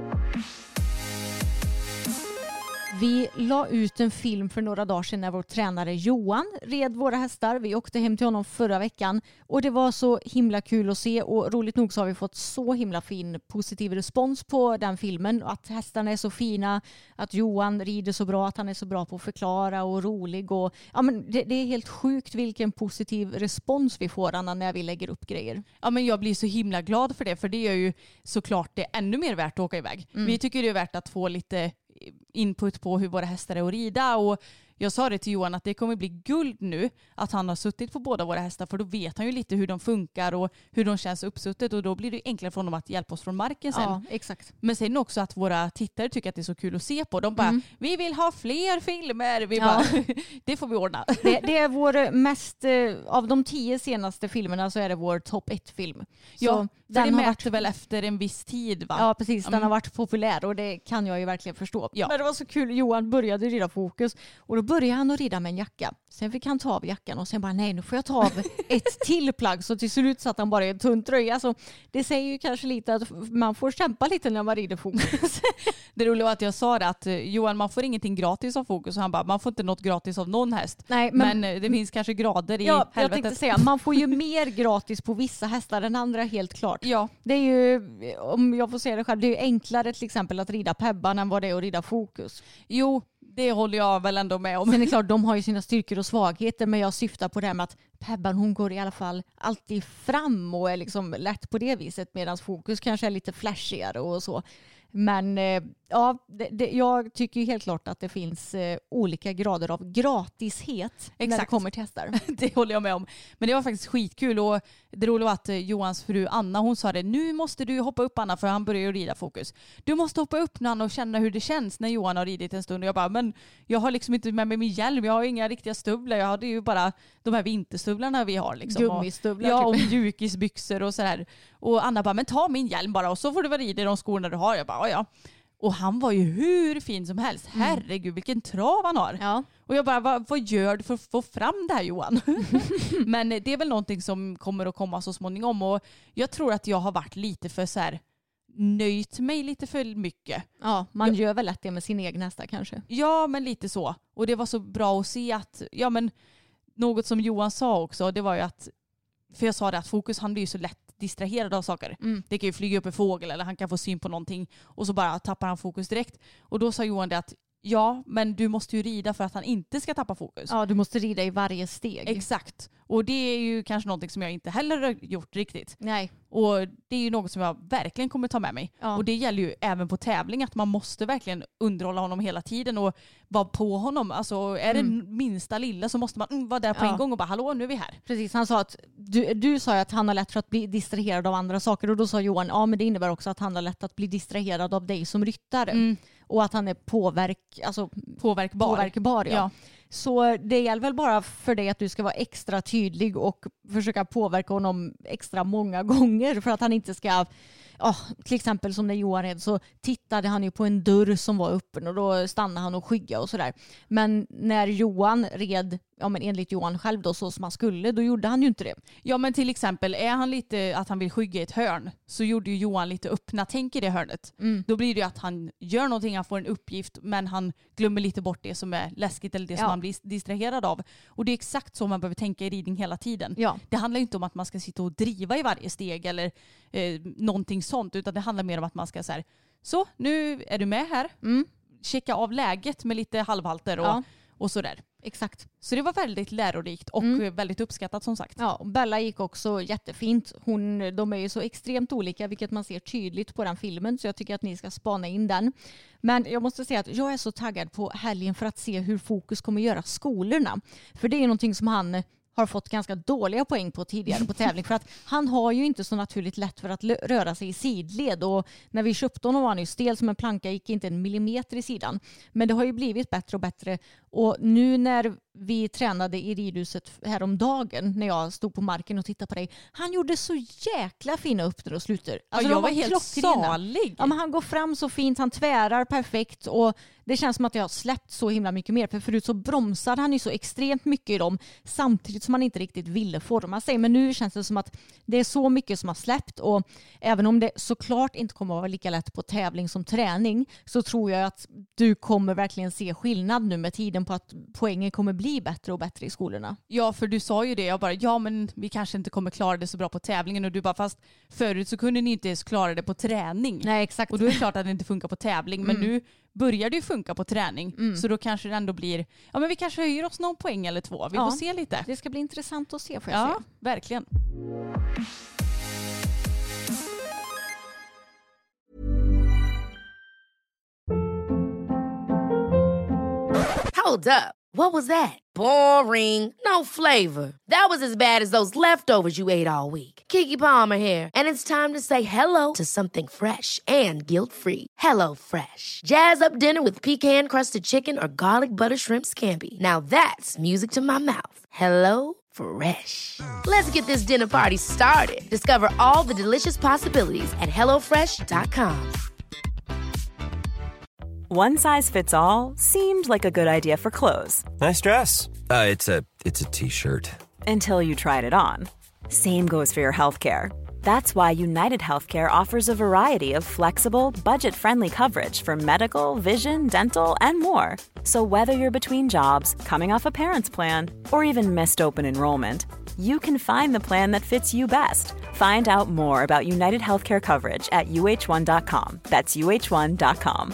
Vi la ut en film för några dagar sedan när vår tränare Johan red våra hästar. Vi åkte hem till honom förra veckan och det var så himla kul att se och roligt nog så har vi fått så himla fin positiv respons på den filmen. Att hästarna är så fina, att Johan rider så bra, att han är så bra på att förklara och rolig. Och, ja, men det, det är helt sjukt vilken positiv respons vi får Anna, när vi lägger upp grejer. Ja, men jag blir så himla glad för det för det är ju såklart det ännu mer värt att åka iväg. Mm. Vi tycker det är värt att få lite input på hur våra hästar är att rida och jag sa det till Johan att det kommer bli guld nu att han har suttit på båda våra hästar för då vet han ju lite hur de funkar och hur de känns uppsuttet och då blir det enklare för honom att hjälpa oss från marken sen. Ja, exakt. Men sen också att våra tittare tycker att det är så kul att se på. De bara, mm. vi vill ha fler filmer. Vi ja. bara, det får vi ordna. Det, det är vår mest, av de tio senaste filmerna så är det vår topp ett-film. Så ja, den det har mäter varit väl efter en viss tid va? Ja, precis. Den mm. har varit populär och det kan jag ju verkligen förstå. Ja. Men det var så kul. Johan började rida fokus och då började han att rida med en jacka. Sen fick han ta av jackan och sen bara nej, nu får jag ta av ett till plagg. Så till slut satt han bara i en tunn tröja. Så det säger ju kanske lite att man får kämpa lite när man rider fokus. Det roliga var att jag sa det att Johan, man får ingenting gratis av fokus och han bara, man får inte något gratis av någon häst. Nej, men, men det finns kanske grader i ja, helvetet. Jag tänkte säga, man får ju mer gratis på vissa hästar än andra helt klart. Ja. Det är ju, om jag får säga det själv, det är ju enklare till exempel att rida Pebban än vad det är att rida fokus. Jo, det håller jag väl ändå med om. Sen är det klart, de har ju sina styrkor och svagheter men jag syftar på det här med att Pebban hon går i alla fall alltid fram och är liksom lätt på det viset medan fokus kanske är lite flashigare och så. Men eh, ja, det, det, jag tycker ju helt klart att det finns eh, olika grader av gratishet. Exakt. När det kommer till hästar. Det håller jag med om. Men det var faktiskt skitkul och det roliga var att eh, Johans fru Anna hon sa det, nu måste du hoppa upp Anna för han börjar ju rida fokus. Du måste hoppa upp Anna och känna hur det känns när Johan har ridit en stund och jag bara, men jag har liksom inte med mig min hjälm, jag har inga riktiga stövlar, jag hade ju bara de här vinterstövlarna vi har liksom. Gummistövlar. Ja, och mjukisbyxor och sådär. Och Anna bara, men ta min hjälm bara och så får du vara rida i de skorna du har. Jag bara, ja. Och han var ju hur fin som helst. Herregud, vilken trav han har. Ja. Och jag bara, vad, vad gör du för att få fram det här Johan? Men det är väl någonting som kommer att komma så småningom. Och jag tror att jag har varit lite för så här, nöjt mig lite för mycket. Ja, man jag, gör väl lätt det med sin egen hästar kanske. Ja, men lite så. Och det var så bra att se att, ja men, något som Johan sa också, det var ju att, för jag sa det att fokus, han blir ju så lätt distraherad av saker. Mm. Det kan ju flyga upp en fågel eller han kan få syn på någonting och så bara tappar han fokus direkt. Och då sa Johan det att ja, men du måste ju rida för att han inte ska tappa fokus. Ja, du måste rida i varje steg. Exakt. Och det är ju kanske någonting som jag inte heller har gjort riktigt. Nej. Och det är ju något som jag verkligen kommer ta med mig. Ja. Och det gäller ju även på tävling att man måste verkligen underhålla honom hela tiden och vara på honom. Alltså är mm. det minsta lilla så måste man mm, vara där på ja. en gång och bara hallå, nu är vi här. Precis, han sa att du, du sa att han har lätt för att bli distraherad av andra saker och då sa Johan, ja men det innebär också att han har lätt att bli distraherad av dig som ryttare. Mm. Och att han är påverk, alltså, påverkbar. påverkbar ja. Ja. Så det gäller väl bara för dig att du ska vara extra tydlig och försöka påverka honom extra många gånger för att han inte ska, ja, till exempel som när Johan red så tittade han ju på en dörr som var öppen och då stannade han och skygga och sådär. Men när Johan red, ja men enligt Johan själv då så som han skulle, då gjorde han ju inte det. Ja men till exempel är han lite att han vill skygga i ett hörn så gjorde ju Johan lite öppna tänk i det hörnet. Mm. Då blir det ju att han gör någonting, han får en uppgift men han glömmer lite bort det som är läskigt eller det som ja. han blir distraherad av. Och det är exakt så man behöver tänka i ridning hela tiden. Ja. Det handlar inte om att man ska sitta och driva i varje steg eller eh, någonting sånt utan det handlar mer om att man ska så här, så nu är du med här. Mm. Checka av läget med lite halvhalter och, ja. och sådär. Exakt. Så det var väldigt lärorikt och mm. väldigt uppskattat som sagt. Ja, och Bella gick också jättefint. Hon, de är ju så extremt olika, vilket man ser tydligt på den filmen. Så jag tycker att ni ska spana in den. Men jag måste säga att jag är så taggad på helgen för att se hur fokus kommer göra skolorna. För det är någonting som han har fått ganska dåliga poäng på tidigare på tävling. För att han har ju inte så naturligt lätt för att röra sig i sidled. Och när vi köpte honom var han ju stel som en planka, gick inte en millimeter i sidan. Men det har ju blivit bättre och bättre. Och nu när vi tränade i ridhuset häromdagen, när jag stod på marken och tittade på dig, han gjorde så jäkla fina uppder och sluter. Alltså ja, jag var, var helt salig. Ja, men han går fram så fint, han tvärar perfekt och det känns som att jag har släppt så himla mycket mer. För förut så bromsade han ju så extremt mycket i dem samtidigt som han inte riktigt ville forma sig. Men nu känns det som att det är så mycket som har släppt och även om det såklart inte kommer att vara lika lätt på tävling som träning så tror jag att du kommer verkligen se skillnad nu med tiden på att poängen kommer bli bättre och bättre i skolorna. Ja, för du sa ju det. Jag bara, ja men vi kanske inte kommer klara det så bra på tävlingen och du bara, fast förut så kunde ni inte ens klara det på träning. Nej, exakt. Och då är det klart att det inte funkar på tävling, men mm. nu börjar det ju funka på träning. Mm. Så då kanske det ändå blir, ja men vi kanske höjer oss någon poäng eller två. Vi ja, får se lite. Det ska bli intressant att se, får jag ja, se. Verkligen. Hold up. What was that? Boring. No flavor. That was as bad as those leftovers you ate all week. Keke Palmer here. And it's time to say hello to something fresh and guilt-free. Hello Fresh. Jazz up dinner with pecan-crusted chicken or garlic butter shrimp scampi. Now that's music to my mouth. Hello Fresh. Let's get this dinner party started. Discover all the delicious possibilities at hello fresh dot com. One size fits all seemed like a good idea for clothes. Nice dress. Uh, it's a it's a t-shirt. Until you tried it on. Same goes for your healthcare. That's why United Healthcare offers a variety of flexible, budget-friendly coverage for medical, vision, dental, and more. So whether you're between jobs, coming off a parent's plan, or even missed open enrollment, you can find the plan that fits you best. Find out more about United Healthcare coverage at u h one dot com. That's u h one dot com.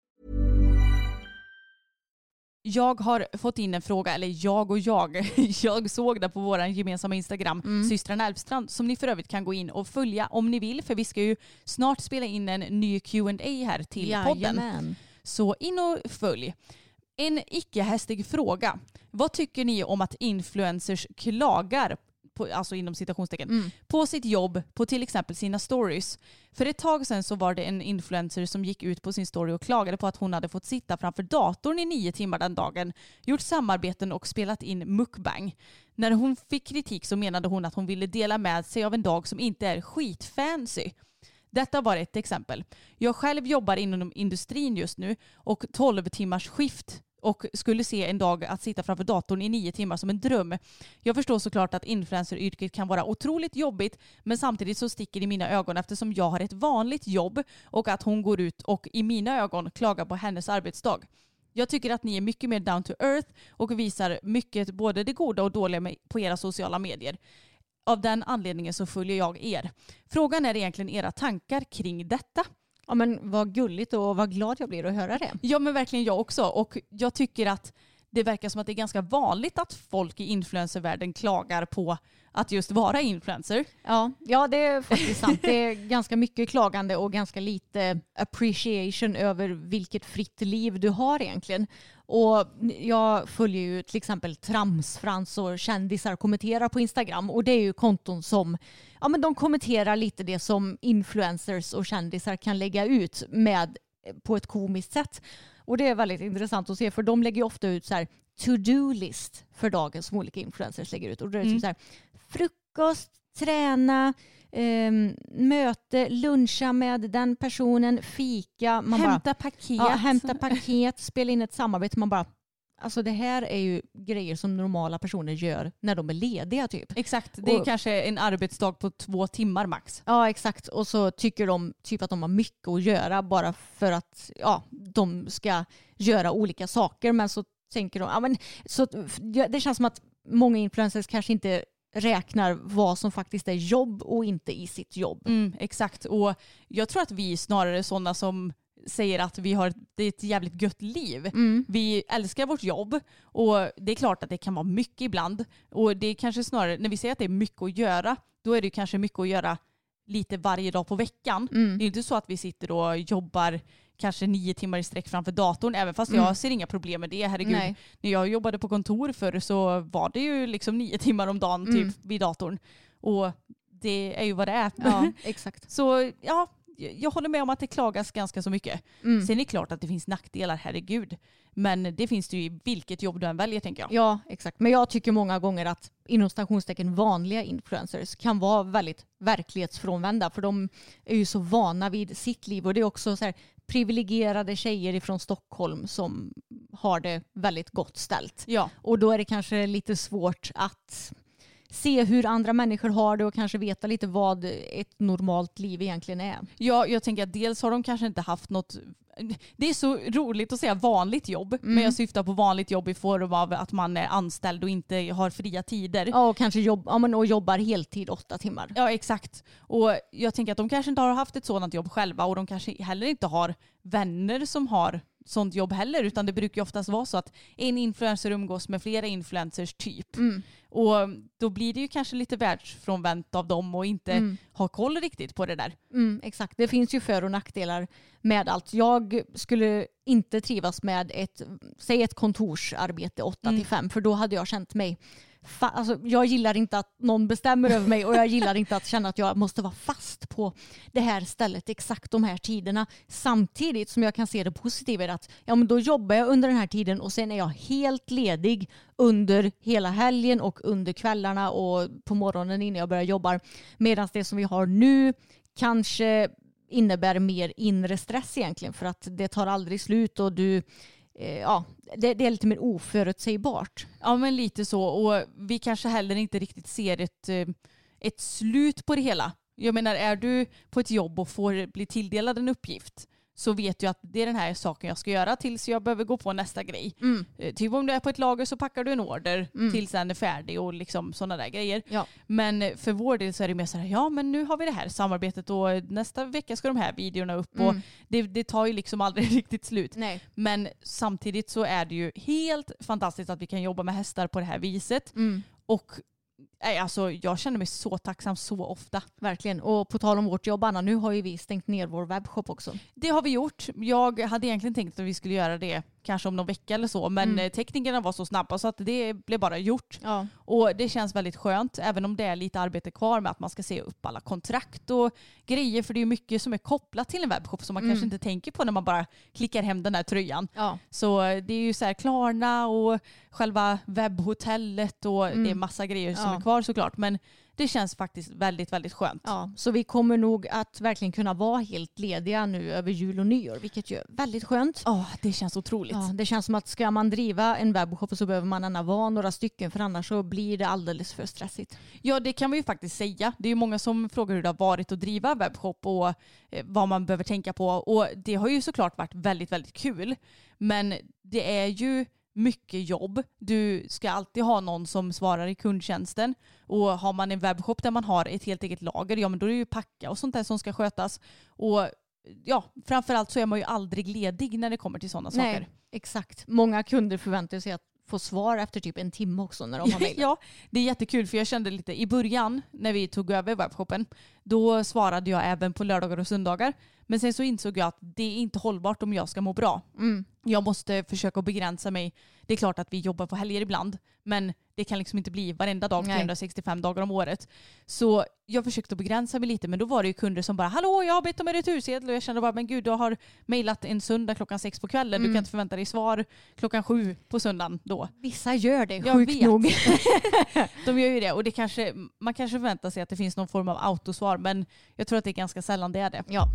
Jag har fått in en fråga, eller jag och jag, jag såg det på vår gemensamma Instagram, mm. systrarna Elfstrand, som ni för övrigt kan gå in och följa om ni vill, för vi ska ju snart spela in en ny Q and A här till ja, podden. Jamen. Så in och följ. En icke-hästig fråga. Vad tycker ni om att influencers klagar på, alltså inom citationstecken, mm. på sitt jobb, på till exempel sina stories? För ett tag sedan så var det en influencer som gick ut på sin story och klagade på att hon hade fått sitta framför datorn i nio timmar den dagen, gjort samarbeten och spelat in mukbang. När hon fick kritik så menade hon att hon ville dela med sig av en dag som inte är skitfancy. Detta var ett exempel. Jag själv jobbar inom industrin just nu och tolv timmars skift och skulle se en dag att sitta framför datorn i nio timmar som en dröm. Jag förstår såklart att influenceryrket kan vara otroligt jobbigt, men samtidigt så sticker det i mina ögon eftersom jag har ett vanligt jobb och att hon går ut och i mina ögon klagar på hennes arbetsdag. Jag tycker att ni är mycket mer down to earth och visar mycket både det goda och dåliga på era sociala medier. Av den anledningen så följer jag er. Frågan är egentligen era tankar kring detta. Ja, men vad gulligt och vad glad jag blir att höra det. Ja, men verkligen jag också. Och jag tycker att det verkar som att det är ganska vanligt att folk i influencervärlden klagar på att just vara influencer. Ja, ja, det är faktiskt sant. Det är ganska mycket klagande och ganska lite appreciation över vilket fritt liv du har egentligen. Och jag följer ju till exempel Tramsfrans och kändisar kommenterar på Instagram. Och det är ju konton som, ja men de kommenterar lite det som influencers och kändisar kan lägga ut med på ett komiskt sätt. Och det är väldigt intressant att se, för de lägger ju ofta ut så här to-do-list för dagen som olika influencers lägger ut. Och då är det mm. typ så här, frukost, träna, eh, möte, luncha med den personen, fika. Man hämta bara, paket. Ja, hämta paket, spela in ett samarbete. Man bara, alltså det här är ju grejer som normala personer gör när de är lediga typ. Exakt, det är och, kanske en arbetsdag på två timmar max. Ja, exakt. Och så tycker de typ att de har mycket att göra bara för att ja, de ska göra olika saker. Men så tänker de, ja men så det känns som att många influencers kanske inte räknar vad som faktiskt är jobb och inte i sitt jobb. Mm, exakt, och jag tror att vi snarare är sådana som säger att vi har det är ett jävligt gött liv. Mm. Vi älskar vårt jobb och det är klart att det kan vara mycket ibland. Och det är kanske snarare, när vi säger att det är mycket att göra, då är det kanske mycket att göra lite varje dag på veckan. Mm. Det är inte så att vi sitter och jobbar kanske nio timmar i sträck framför datorn, även fast Mm. jag ser inga problem med det. Herregud, Nej. när jag jobbade på kontor förr så var det ju liksom nio timmar om dagen typ Mm. vid datorn. Och det är ju vad det är. Ja, exakt. Så ja, jag håller med om att det klagas ganska så mycket. Mm. Sen är det klart att det finns nackdelar, herregud. Men det finns det ju i vilket jobb du än väljer, tänker jag. Ja, exakt. Men jag tycker många gånger att inom stationstecken vanliga influencers kan vara väldigt verklighetsfrånvända. För de är ju så vana vid sitt liv. Och det är också så här privilegierade tjejer ifrån Stockholm som har det väldigt gott ställt. Ja. Och då är det kanske lite svårt att se hur andra människor har det och kanske veta lite vad ett normalt liv egentligen är. Ja, jag tänker att dels har de kanske inte haft något... Det är så roligt att säga vanligt jobb, Mm. men jag syftar på vanligt jobb i form av att man är anställd och inte har fria tider. Ja, och kanske jobb, ja, men, och jobbar heltid åtta timmar. Ja, exakt. Och jag tänker att de kanske inte har haft ett sådant jobb själva och de kanske heller inte har vänner som har sånt jobb heller, utan det brukar ju oftast vara så att en influencer umgås med flera influencers typ. Mm. Och då blir det ju kanske lite världsfrånvänt av dem och inte Mm. ha koll riktigt på det där. Mm, exakt. Det finns ju för- och nackdelar med allt. Jag skulle inte trivas med ett, säg ett kontorsarbete åtta till fem, för då hade jag känt mig fa- alltså, jag gillar inte att någon bestämmer över mig och jag gillar inte att känna att jag måste vara fast på det här stället exakt de här tiderna. Samtidigt som jag kan se det positiva i att ja, men då jobbar jag under den här tiden och sen är jag helt ledig under hela helgen och under kvällarna och på morgonen innan jag börjar jobba. Medan det som vi har nu kanske innebär mer inre stress egentligen, för att det tar aldrig slut och du eh, ja, det, det är lite mer oförutsägbart. Ja, men lite så. Och vi kanske heller inte riktigt ser ett, eh, ett slut på det hela. Jag menar, är du på ett jobb och får bli tilldelad en uppgift, så vet du att det är den här saken jag ska göra tills jag behöver gå på nästa grej. Mm. Eh, Typ om du är på ett lager så packar du en order Mm. tills den är färdig och liksom sådana där grejer. Ja. Men för vår del så är det mer så här, ja men nu har vi det här samarbetet och nästa vecka ska de här videorna upp och Mm. det, det tar ju liksom aldrig riktigt slut. Nej. Men samtidigt så är det ju helt fantastiskt att vi kan jobba med hästar på det här viset. Mm. Och nej, alltså, jag känner mig så tacksam så ofta. Verkligen. Och på tal om vårt jobb, Anna, nu har ju vi stängt ner vår webbshop också. Det har vi gjort. Jag hade egentligen tänkt att vi skulle göra det kanske om någon vecka eller så. Men Mm. teknikerna var så snabba så att det blev bara gjort. Ja. Och det känns väldigt skönt, även om det är lite arbete kvar med att man ska se upp alla kontrakt och grejer. För det är mycket som är kopplat till en webbshop som man Mm. kanske inte tänker på när man bara klickar hem den här tröjan. Ja. Så det är ju så här Klarna och själva webbhotellet och Mm. det är massa grejer som Ja. är kvar såklart. Men det känns faktiskt väldigt, väldigt skönt. Ja, så vi kommer nog att verkligen kunna vara helt lediga nu över jul och nyår, vilket ju är väldigt skönt. Ja, det känns otroligt. Ja, det känns som att ska man driva en webbshop så behöver man gärna vara några stycken, för annars så blir det alldeles för stressigt. Ja, det kan vi ju faktiskt säga. Det är ju många som frågar hur det har varit att driva webbshop och eh, vad man behöver tänka på. Och det har ju såklart varit väldigt, väldigt kul. Men det är ju mycket jobb. Du ska alltid ha någon som svarar i kundtjänsten. Och har man en webbshop där man har ett helt eget lager, ja men då är det ju packa och sånt där som ska skötas. Och ja, framförallt så är man ju aldrig ledig när det kommer till sådana saker. Nej, exakt. Många kunder förväntar sig att få svar efter typ en timme också när de har mejlat. Ja, det är jättekul för jag kände lite i början när vi tog över webbshoppen, då svarade jag även på lördagar och söndagar. Men sen så insåg jag att det är inte hållbart om jag ska må bra. Mm. Jag måste försöka begränsa mig. Det är klart att vi jobbar på helger ibland, men det kan liksom inte bli varenda dag Nej. trehundrasextiofem dagar om året. Så jag försökte begränsa mig lite, men då var det ju kunder som bara hallå, jag har bett om en retursedel och jag kände bara men gud, du har mejlat en söndag klockan sex på kvällen. Mm. Du kan inte förvänta dig svar klockan sju på söndagen då. Vissa gör det, Jag sjukt vet. nog. De gör ju det och det kanske, man kanske förväntar sig att det finns någon form av autosvar, men jag tror att det är ganska sällan det är det. Ja.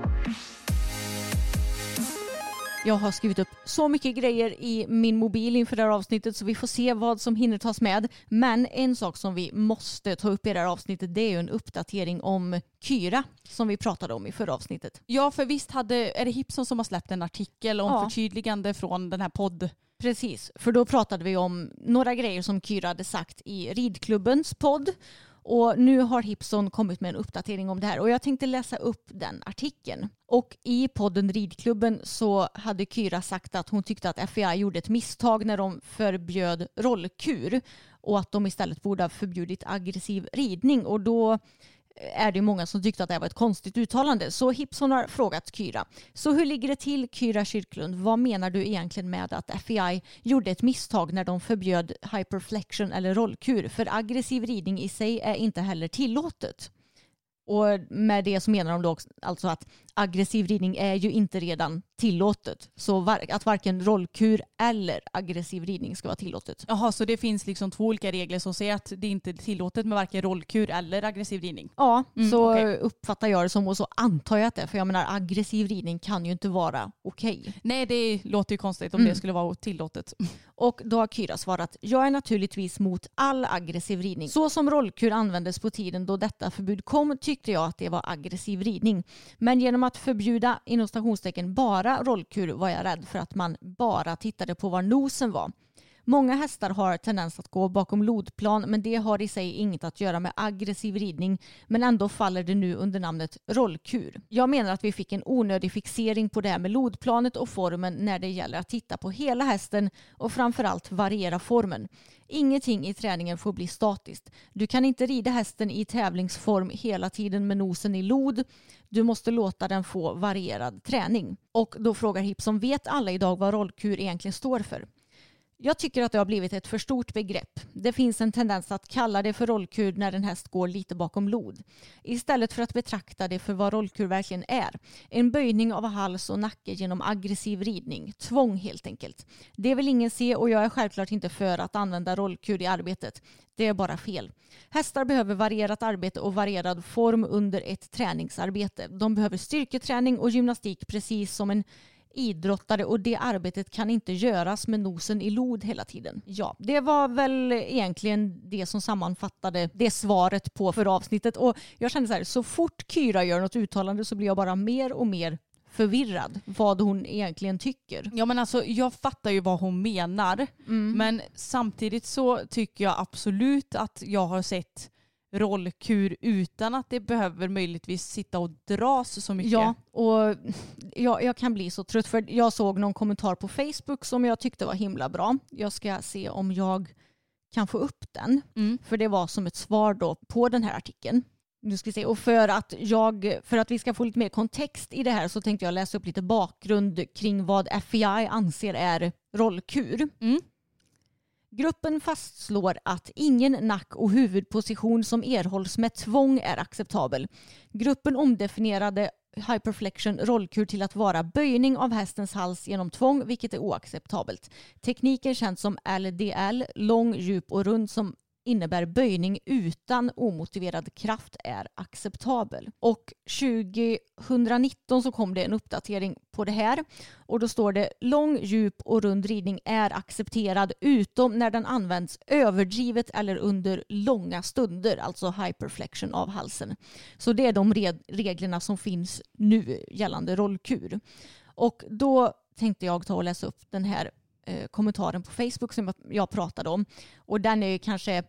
Jag har skrivit upp så mycket grejer i min mobil inför det här avsnittet så vi får se vad som hinner tas med. Men en sak som vi måste ta upp i det här avsnittet, det är ju en uppdatering om Kyra som vi pratade om i förra avsnittet. Ja, för visst hade, är det Hipson som har släppt en artikel om Ja. förtydligande från den här podd. Precis, för då pratade vi om några grejer som Kyra hade sagt i ridklubbens podd. Och nu har Hipson kommit med en uppdatering om det här och jag tänkte läsa upp den artikeln. Och i podden Ridklubben så hade Kyra sagt att hon tyckte att F I I gjorde ett misstag när de förbjöd rollkur och att de istället borde ha förbjudit aggressiv ridning, och då är det många som tyckte att det var ett konstigt uttalande. Så Hipson har frågat Kyra. Så hur ligger det till, Kyra Kyrklund? Vad menar du egentligen med att F I I gjorde ett misstag när de förbjöd hyperflexion eller rollkur? För aggressiv ridning i sig är inte heller tillåtet. Och med det så menar de då också, alltså att aggressiv ridning är ju inte redan tillåtet. Så var, att varken rollkur eller aggressiv ridning ska vara tillåtet. Jaha, så det finns liksom två olika regler som säger att det inte är tillåtet med varken rollkur eller aggressiv ridning? Ja, mm, så okay. uppfattar jag det som, och så antar jag att det. För jag menar, aggressiv ridning kan ju inte vara okej. Okay. Nej, det låter ju konstigt om mm. det skulle vara tillåtet. Och då har Kyra svarat, jag är naturligtvis mot all aggressiv ridning. Så som rollkur användes på tiden då detta förbud kom tyckte jag att det var aggressiv ridning. Men genom att förbjuda inom stationstecken bara rollkur var jag rädd för att man bara tittade på var nosen var. Många hästar har tendens att gå bakom lodplan, men det har i sig inget att göra med aggressiv ridning, men ändå faller det nu under namnet rollkur. Jag menar att vi fick en onödig fixering på det här med lodplanet och formen när det gäller att titta på hela hästen och framförallt variera formen. Ingenting i träningen får bli statiskt. Du kan inte rida hästen i tävlingsform hela tiden med nosen i lod. Du måste låta den få varierad träning. Och då frågar Hipson, vet alla idag vad rollkur egentligen står för? Jag tycker att det har blivit ett för stort begrepp. Det finns en tendens att kalla det för rollkur när en häst går lite bakom lod. Istället för att betrakta det för vad rollkur verkligen är. En böjning av hals och nacke genom aggressiv ridning. Tvång helt enkelt. Det vill ingen se och jag är självklart inte för att använda rollkur i arbetet. Det är bara fel. Hästar behöver varierat arbete och varierad form under ett träningsarbete. De behöver styrketräning och gymnastik precis som en idrottare, och det arbetet kan inte göras med nosen i lod hela tiden. Ja, det var väl egentligen det som sammanfattade det svaret på för avsnittet, och jag kände så här, så fort Kyra gör något uttalande så blir jag bara mer och mer förvirrad vad hon egentligen tycker. Ja, men alltså jag fattar ju vad hon menar, mm. men samtidigt så tycker jag absolut att jag har sett rollkur utan att det behöver möjligtvis sitta och dras så mycket. Ja, och jag, jag kan bli så trött för jag såg någon kommentar på Facebook som jag tyckte var himla bra. Jag ska se om jag kan få upp den. Mm. För det var som ett svar då på den här artikeln. Nu ska vi se. Och för att, jag, för att vi ska få lite mer kontext i det här så tänkte jag läsa upp lite bakgrund kring vad F I I anser är rollkur. Mm. Gruppen fastslår att ingen nack- och huvudposition som erhålls med tvång är acceptabel. Gruppen omdefinierade hyperflexion rollkur till att vara böjning av hästens hals genom tvång, vilket är oacceptabelt. Tekniken känns som L D L, lång, djup och rund, som innebär böjning utan omotiverad kraft, är acceptabel. Och tjugonitton så kom det en uppdatering på det här och då står det lång, djup och rund ridning är accepterad utom när den används överdrivet eller under långa stunder, alltså hyperflexion av halsen. Så det är de reglerna som finns nu gällande rollkur. Och då tänkte jag ta och läsa upp den här kommentaren på Facebook som jag pratade om, och den är kanske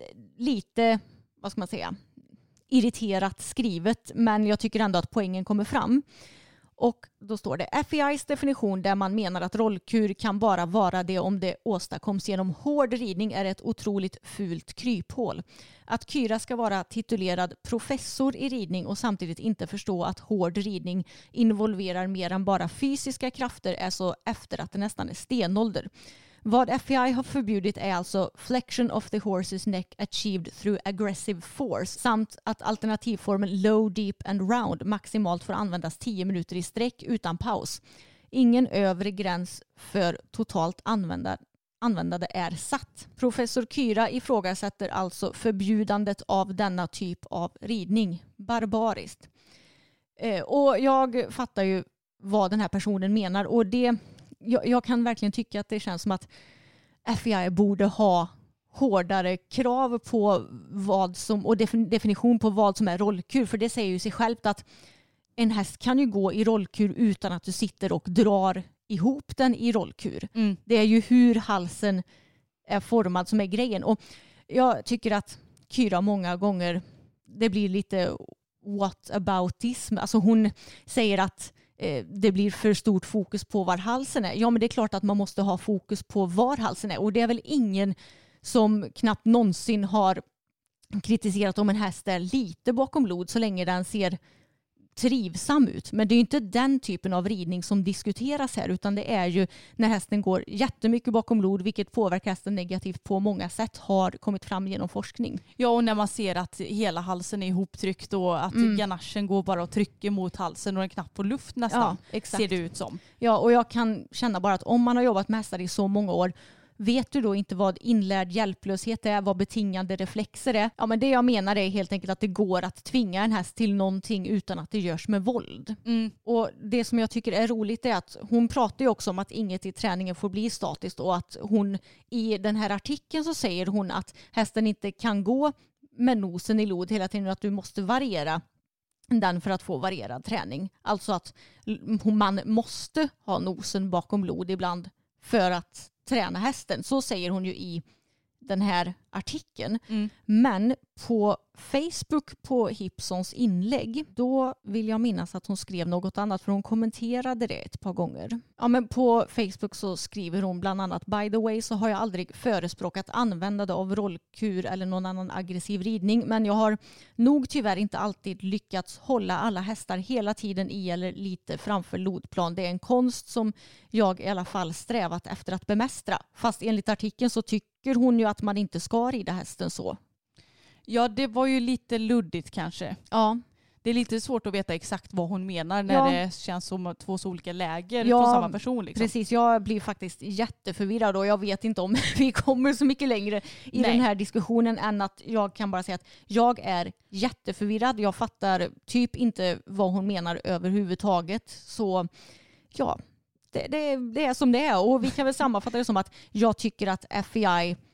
lite, vad ska man säga, irriterat skrivet, men jag tycker ändå att poängen kommer fram. Och då står det F I I's definition där man menar att rollkur kan bara vara det om det åstadkoms genom hård ridning är ett otroligt fult kryphål. Att Kyra ska vara titulerad professor i ridning och samtidigt inte förstå att hård ridning involverar mer än bara fysiska krafter är så efter att det nästan är stenålder. Vad F I I har förbjudit är alltså flexion of the horse's neck achieved through aggressive force samt att alternativformen low, deep and round maximalt får användas tio minuter i sträck utan paus. Ingen övre gräns för totalt använda, användande är satt. Professor Kyra ifrågasätter alltså förbjudandet av denna typ av ridning. Barbariskt. Eh, och jag fattar ju vad den här personen menar, och det Jag, jag kan verkligen tycka att det känns som att F I I borde ha hårdare krav på vad som, och definition på vad som är rollkur. För det säger ju sig självt att en häst kan ju gå i rollkur utan att du sitter och drar ihop den i rollkur. Mm. Det är ju hur halsen är formad som är grejen. Och jag tycker att Kyra många gånger, det blir lite whataboutism. Alltså hon säger att eh, det blir för stort fokus på var halsen är. Ja, men det är klart att man måste ha fokus på var halsen är. Och det är väl ingen som knappt någonsin har kritiserat om en häst är lite bakom lod så länge den ser trivsam ut. Men det är ju inte den typen av ridning som diskuteras här, utan det är ju när hästen går jättemycket bakom lod, vilket påverkar hästen negativt på många sätt, har kommit fram genom forskning. Ja, och när man ser att hela halsen är ihoptryckt och att mm. ganachen går bara och trycker mot halsen och den knappt får luft nästan, ja, ser det ut som. Ja, och jag kan känna bara att om man har jobbat med hästar i så många år, vet du då inte vad inlärd hjälplöshet är, vad betingande reflexer är? Ja, men det jag menar är helt enkelt att det går att tvinga en häst till någonting utan att det görs med våld. Mm. Och det som jag tycker är roligt är att hon pratar ju också om att inget i träningen får bli statiskt, och att hon i den här artikeln så säger hon att hästen inte kan gå med nosen i lod hela tiden, att du måste variera den för att få varierad träning. Alltså att man måste ha nosen bakom lod ibland för att träna hästen. Så säger hon ju i den här artikeln. Mm. Men på Facebook på Hipsons inlägg, då vill jag minnas att hon skrev något annat, för hon kommenterade det ett par gånger. Ja, men på Facebook så skriver hon bland annat: by the way så har jag aldrig förespråkat användande av rollkur eller någon annan aggressiv ridning, men jag har nog tyvärr inte alltid lyckats hålla alla hästar hela tiden i eller lite framför lodplan. Det är en konst som jag i alla fall strävat efter att bemästra. Fast enligt artikeln så tycker hon ju att man inte ska rida hästen så. Ja, det var ju lite luddigt kanske. Ja. Det är lite svårt att veta exakt vad hon menar när ja. det känns som två så olika läger ja, från samma person. Liksom. Precis, jag blir faktiskt jätteförvirrad och jag vet inte om vi kommer så mycket längre i Nej. den här diskussionen än att jag kan bara säga att jag är jätteförvirrad. Jag fattar typ inte vad hon menar överhuvudtaget. Så ja, det, det, det är som det är, och vi kan väl sammanfatta det som att jag tycker att F E I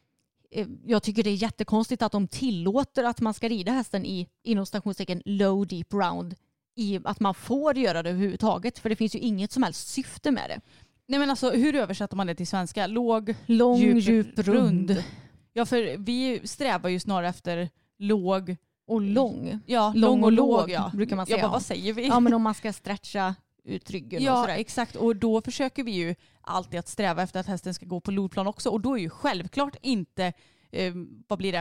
Jag tycker det är jättekonstigt att de tillåter att man ska rida hästen i inom stationstecken low deep round, i att man får göra det överhuvudtaget, för det finns ju inget som helst syfte med det. Nej, men alltså hur översätter man det till svenska? Låg, lång, djup, djup rund. rund. Ja, för vi strävar ju snarare efter låg och lång. Ja, lång, lång och låg, låg ja. brukar man säga. Ja, bara, vad säger vi? Ja, men om man ska stretcha ut ryggen ja, och sådär. Exakt. Och då försöker vi ju alltid att sträva efter att hästen ska gå på lodplan också, och då är ju självklart inte Eh, vad blir det?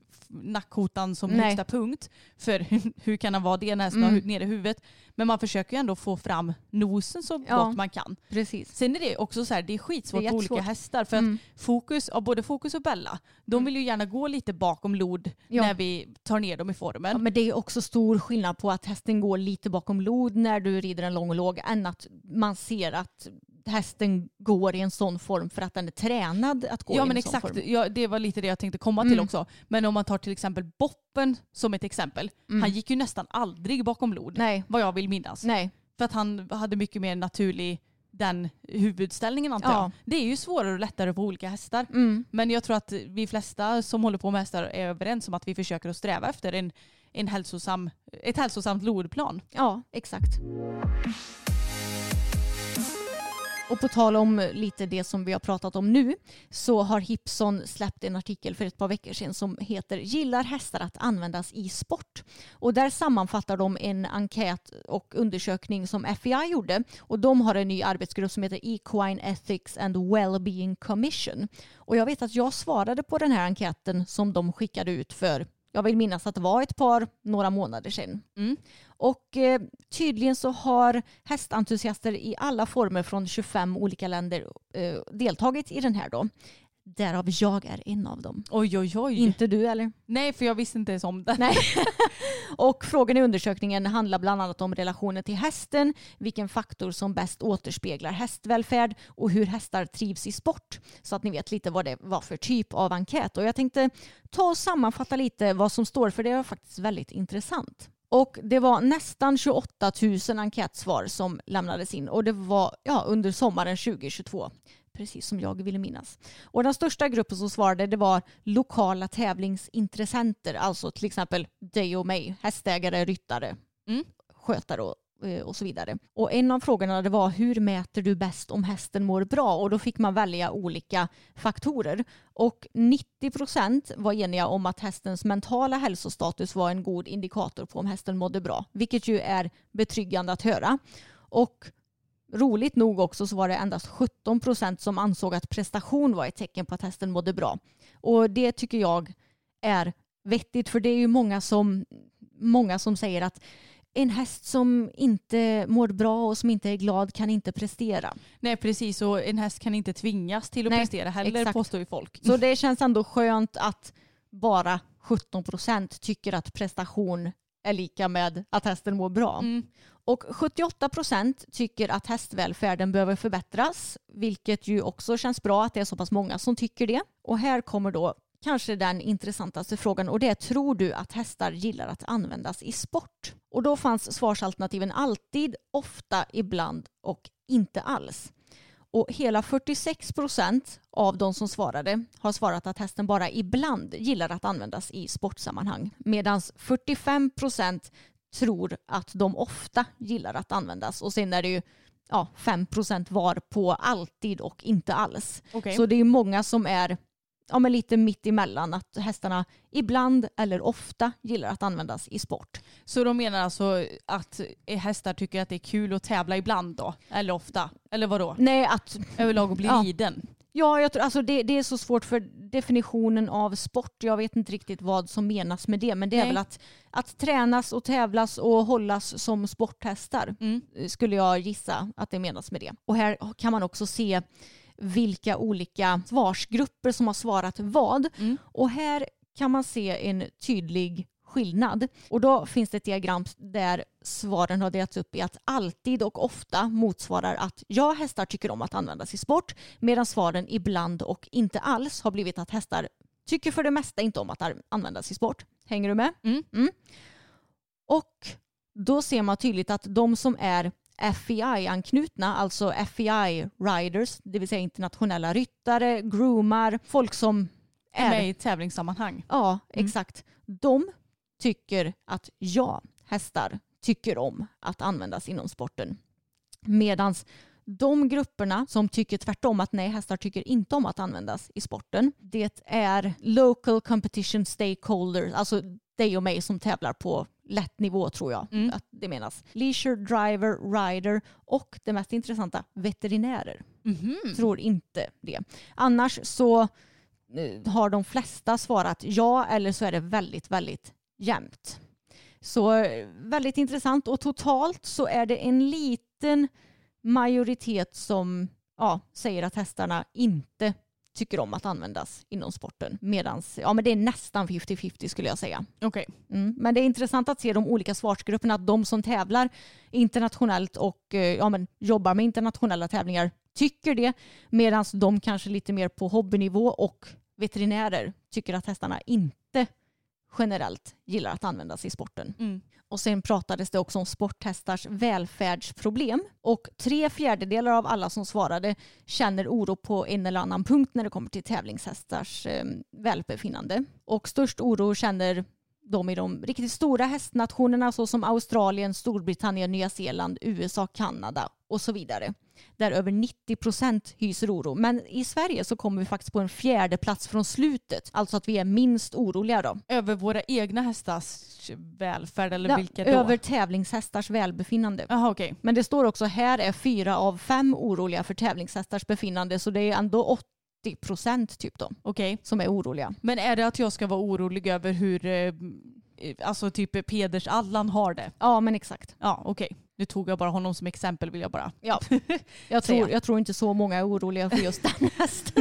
Nackhotan som Nej. högsta punkt. För hur kan den vara det när hästen mm. har nere i huvudet? Men man försöker ju ändå få fram nosen så ja, gott man kan. Precis. Sen är det också så här, det är skitsvårt på olika hästar. För mm. att Fokus, ja, både Fokus och Bella, de vill ju gärna gå lite bakom lod ja. när vi tar ner dem i formen. Ja, men det är också stor skillnad på att hästen går lite bakom lod när du rider en lång och låg, än att man ser att hästen går i en sån form för att den är tränad att gå ja, i men en exakt. sån form. Ja, det var lite det jag tänkte komma till mm. också. Men om man tar till exempel Boppen som ett exempel. Mm. Han gick ju nästan aldrig bakom lod. Nej. Vad jag vill minnas. Nej. För att han hade mycket mer naturlig den huvudställningen antar ja. jag. Det är ju svårare och lättare på olika hästar. Mm. Men jag tror att vi flesta som håller på med hästar är överens om att vi försöker att sträva efter en, en hälsosam, ett hälsosamt lodplan. Ja, exakt. Och på tal om lite det som vi har pratat om nu, så har Hipson släppt en artikel för ett par veckor sedan som heter "Gillar hästar att användas i sport?" Och där sammanfattar de en enkät och undersökning som F E I gjorde. Och de har en ny arbetsgrupp som heter Equine Ethics and Wellbeing Commission. Och jag vet att jag svarade på den här enkäten som de skickade ut för, jag vill minnas att det var ett par, några månader sedan. Mm. Och eh, tydligen så har hästentusiaster i alla former från tjugofem olika länder eh, deltagit i den här då. Därav jag är en av dem. Oj, oj, oj. Inte du eller? Nej, för jag visste inte ens om det. Nej. Och frågan i undersökningen handlar bland annat om relationen till hästen, vilken faktor som bäst återspeglar hästvälfärd och hur hästar trivs i sport. Så att ni vet lite vad det var för typ av enkät. Och jag tänkte ta och sammanfatta lite vad som står, för det är faktiskt väldigt intressant. Och det var nästan tjugoåtta tusen enkätsvar som lämnades in, och det var ja, under sommaren tjugohundratjugotvå. Precis som jag ville minnas. Och den största gruppen som svarade, det var lokala tävlingsintressenter. Alltså till exempel dig och mig, hästägare, ryttare, mm. skötare och och så vidare. Och en av frågorna det var hur mäter du bäst om hästen mår bra? Och då fick man välja olika faktorer. Och nittio procent var eniga om att hästens mentala hälsostatus var en god indikator på om hästen mådde bra. Vilket ju är betryggande att höra. Och roligt nog också så var det endast sjutton procent som ansåg att prestation var ett tecken på att hästen mådde bra. Och det tycker jag är vettigt, för det är ju många som, många som säger att en häst som inte mår bra och som inte är glad kan inte prestera. Nej, precis. Och en häst kan inte tvingas till att Nej, prestera heller, exakt. påstår ju folk. Så det känns ändå skönt att bara sjutton procent tycker att prestation är lika med att hästen mår bra. Mm. Och sjuttioåtta procent tycker att hästvälfärden behöver förbättras, vilket ju också känns bra att det är så pass många som tycker det. Och här kommer då kanske den intressantaste frågan, och det är: tror du att hästar gillar att användas i sport? Och då fanns svarsalternativen alltid, ofta, ibland och inte alls. Och hela fyrtiosex procent av de som svarade har svarat att hästen bara ibland gillar att användas i sportsammanhang. Medan fyrtiofem procent tror att de ofta gillar att användas. Och sen är det ju ja, fem procent var på alltid och inte alls. Okay. Så det är många som är ja, men lite mitt emellan, att hästarna ibland eller ofta gillar att användas i sport. Så de menar alltså att hästar tycker att det är kul att tävla ibland då? Eller ofta? Eller vadå? Nej, att överlag att bli ja. riden? Ja, jag tror, alltså det, det är så svårt för definitionen av sport. Jag vet inte riktigt vad som menas med det. Men det är Nej. väl att, att tränas och tävlas och hållas som sporthästar. Mm. Skulle jag gissa att det menas med det. Och här kan man också se vilka olika svarsgrupper som har svarat vad. Mm. Och här kan man se en tydlig skillnad. Och då finns det ett diagram där svaren har delats upp i att alltid och ofta motsvarar att ja, hästar tycker om att användas i sport, medan svaren ibland och inte alls har blivit att hästar tycker för det mesta inte om att användas i sport. Hänger du med? Mm. Mm. Och då ser man tydligt att de som är F E I-anknutna, alltså F E I-riders, det vill säga internationella ryttare, groomar, folk som är med i tävlingssammanhang. Ja, exakt. Mm. De tycker att ja, hästar tycker om att användas inom sporten. Medan de grupperna som tycker tvärtom, att nej, hästar tycker inte om att användas i sporten, det är local competition stakeholders, alltså dig och mig som tävlar på lätt nivå, tror jag mm. att det menas. Leisure, driver, rider och det mest intressanta, veterinärer. Mm-hmm. Tror inte det. Annars så har de flesta svarat ja, eller så är det väldigt, väldigt jämnt. Så väldigt intressant, och totalt så är det en liten majoritet som ja, säger att hästarna inte tycker om att användas inom sporten. Medans, ja, men det är nästan femtio femtio skulle jag säga. Okay. Mm, men det är intressant att se de olika svarsgrupperna, att de som tävlar internationellt och ja, men jobbar med internationella tävlingar tycker det, medan de kanske lite mer på hobbynivå och veterinärer tycker att hästarna inte generellt gillar att användas i sporten. Mm. Och sen pratades det också om sporthästars välfärdsproblem. Och tre fjärdedelar av alla som svarade känner oro på en eller annan punkt när det kommer till tävlingshästars eh, välbefinnande. Och störst oro känner de i de riktigt stora hästnationerna såsom Australien, Storbritannien, Nya Zeeland, U S A, Kanada och så vidare. Där över nittio procent hyser oro. Men i Sverige så kommer vi faktiskt på en fjärde plats från slutet. Alltså att vi är minst oroliga då. Över våra egna hästars välfärd eller ja, vilka då? Över tävlingshästars välbefinnande. Aha, okay. Men det står också här är fyra av fem oroliga för tävlingshästars befinnande. Så det är ändå åttio procent typ då. Okay. Som är oroliga. Men är det att jag ska vara orolig över hur eh, alltså typ Peders Allan har det? Ja, men exakt. Ja, okej. Okay. Nu tog jag bara honom som exempel, vill jag bara. Ja. Jag, tror, jag tror inte så många är oroliga för just den hästen.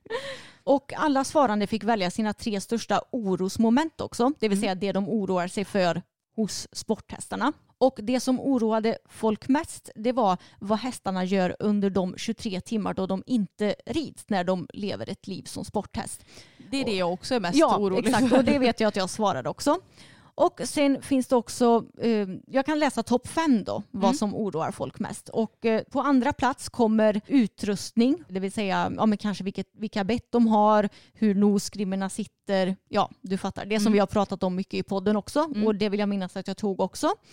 Och alla svarande fick välja sina tre största orosmoment också. Det vill säga mm. det de oroar sig för hos sporthästarna. Och det som oroade folk mest, det var vad hästarna gör under de tjugotre timmar då de inte rids, när de lever ett liv som sporthäst. Det är det jag också är mest ja, orolig exakt. för. Och det vet jag att jag svarade också. Och sen finns det också, eh, jag kan läsa topp fem då, vad mm. som oroar folk mest. Och eh, på andra plats kommer utrustning, det vill säga ja, men kanske vilket, vilka bett de har, hur nosgrimmerna sitter. Ja, du fattar. Det som mm. vi har pratat om mycket i podden också. Mm. Och det vill jag minnas att jag tog också.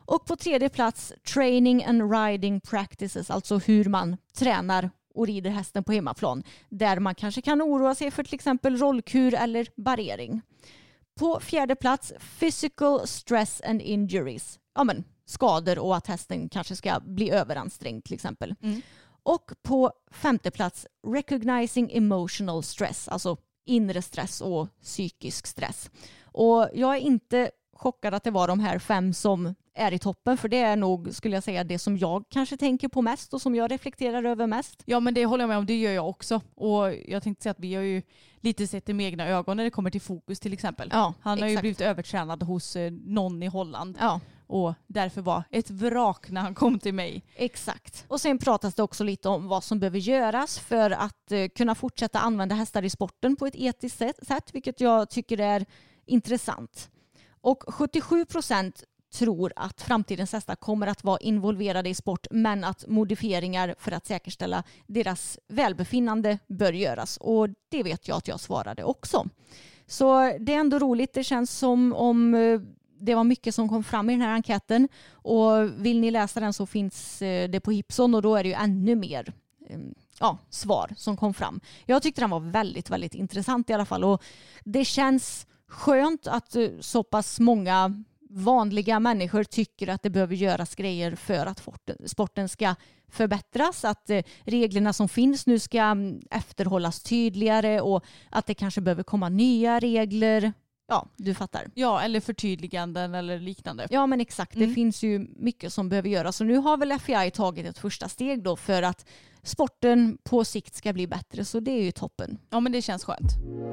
Och på tredje plats, training and riding practices, alltså hur man tränar och rider hästen på hemmaplan. Där man kanske kan oroa sig för till exempel rollkur eller barrering. På fjärde plats, physical stress and injuries. Ja, men skador och att hästen kanske ska bli överansträngd till exempel. Mm. Och på femte plats, recognizing emotional stress, alltså inre stress och psykisk stress. Och jag är inte chockad att det var de här fem som är i toppen, för det är nog, skulle jag säga, det som jag kanske tänker på mest och som jag reflekterar över mest. Ja, men det håller jag med om, det gör jag också. Och jag tänkte säga att vi har ju lite sett det med egna ögon när det kommer till fokus till exempel. Ja, han har exakt. ju blivit övertränad hos eh, någon i Holland. Ja. Och därför var ett vrak när han kom till mig. Exakt. Och sen pratas det också lite om vad som behöver göras för att eh, kunna fortsätta använda hästar i sporten på ett etiskt sätt, sätt vilket jag tycker är intressant. Och sjuttiosju procent tror att framtidens hästar kommer att vara involverade i sport, men att modifieringar för att säkerställa deras välbefinnande bör göras. Och det vet jag att jag svarade också. Så det är ändå roligt. Det känns som om det var mycket som kom fram i den här enkäten. Och vill ni läsa den så finns det på Hipson, och då är det ju ännu mer ja, svar som kom fram. Jag tyckte den var väldigt, väldigt intressant i alla fall. Och det känns skönt att så pass många vanliga människor tycker att det behöver göras grejer för att sporten ska förbättras, att reglerna som finns nu ska efterhållas tydligare och att det kanske behöver komma nya regler. Ja, du fattar. Ja, eller förtydliganden eller liknande. Ja, men exakt. Mm. Det finns ju mycket som behöver göras. Så nu har väl F I I tagit ett första steg då för att sporten på sikt ska bli bättre. Så det är ju toppen. Ja, men det känns skönt.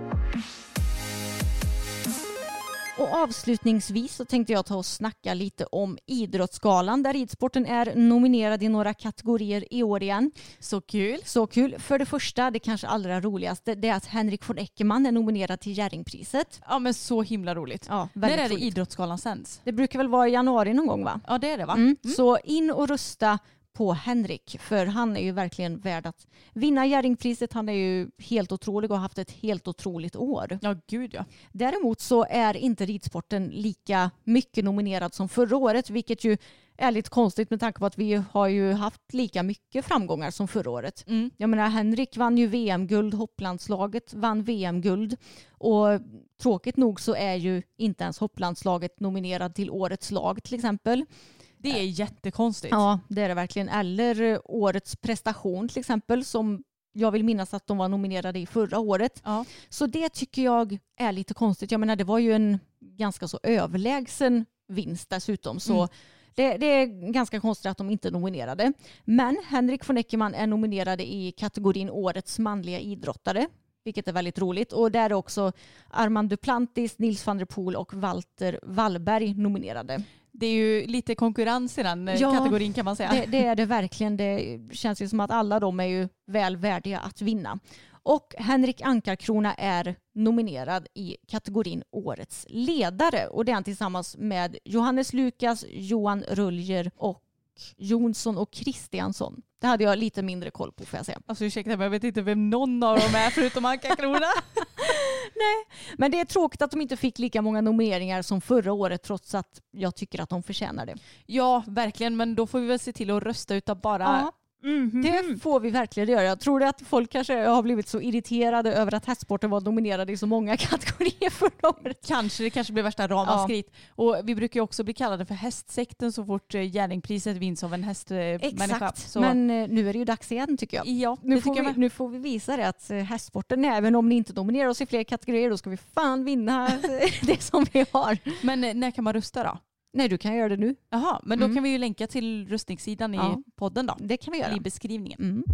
Och avslutningsvis så tänkte jag ta och snacka lite om Idrottsgalan där ridsporten är nominerad i några kategorier i år igen. Så kul. Så kul. För det första, det kanske allra roligaste, det är att Henrik von Eckermann är nominerad till Jerringpriset. Ja, men så himla roligt. Ja, när är det roligt. Idrottsgalan sänds? Det brukar väl vara i januari någon gång, va? Ja, det är det, va? Mm. Mm. Så in och rösta på Henrik, för han är ju verkligen värd att vinna Jerringpriset. Han är ju helt otrolig och har haft ett helt otroligt år. Ja, gud ja. Däremot så är inte ridsporten lika mycket nominerad som förra året, vilket ju är lite konstigt med tanke på att vi har ju haft lika mycket framgångar som förra året. Mm. Jag menar, Henrik vann ju V M-guld, hopplandslaget vann V M-guld, och tråkigt nog så är ju inte ens hopplandslaget nominerad till årets lag till exempel. Det är jättekonstigt. Ja, det är det verkligen. Eller årets prestation till exempel, som jag vill minnas att de var nominerade i förra året. Ja. Så det tycker jag är lite konstigt. Jag menar, det var ju en ganska så överlägsen vinst dessutom. Så mm. det, det är ganska konstigt att de inte är nominerade. Men Henrik von Eckermann är nominerade i kategorin årets manliga idrottare, vilket är väldigt roligt. Och där är också Armand Duplantis, Nils van der Poel och Walter Wallberg nominerade. Det är ju lite konkurrens i den ja, kategorin, kan man säga. Det, det är det verkligen. Det känns ju som att alla de är ju väl värdiga att vinna. Och Henrik Ankarkrona är nominerad i kategorin årets ledare. Och det är han tillsammans med Johannes Lukas, Johan Rulger och Jonsson och Kristiansson. Det hade jag lite mindre koll på, får jag säga. Alltså ursäkta, men jag vet inte vem någon av dem är förutom Ankarkrona. Nej, men det är tråkigt att de inte fick lika många nomineringar som förra året, trots att jag tycker att de förtjänar det. Ja, verkligen, men då får vi väl se till att rösta utav bara... Ja. Mm-hmm. Det får vi verkligen göra. Jag tror att folk kanske har blivit så irriterade över att hästsporten var nominerad i så många kategorier förra året. Kanske, det kanske blir värsta ramaskrit. Ja. Och vi brukar ju också bli kallade för hästsekten så fort Jerringpriset vinns av en hästmänniska. Exakt, så... men nu är det ju dags igen tycker jag. Ja, nu, det får tycker vi, jag nu får vi visa det att hästsporten, även om ni inte nominerar oss i fler kategorier, då ska vi fan vinna det som vi har. Men när kan man rösta då? Nej, du kan göra det nu. Jaha, men då mm. kan vi ju länka till röstningssidan ja. i podden då. Det kan vi göra. I beskrivningen. Mm.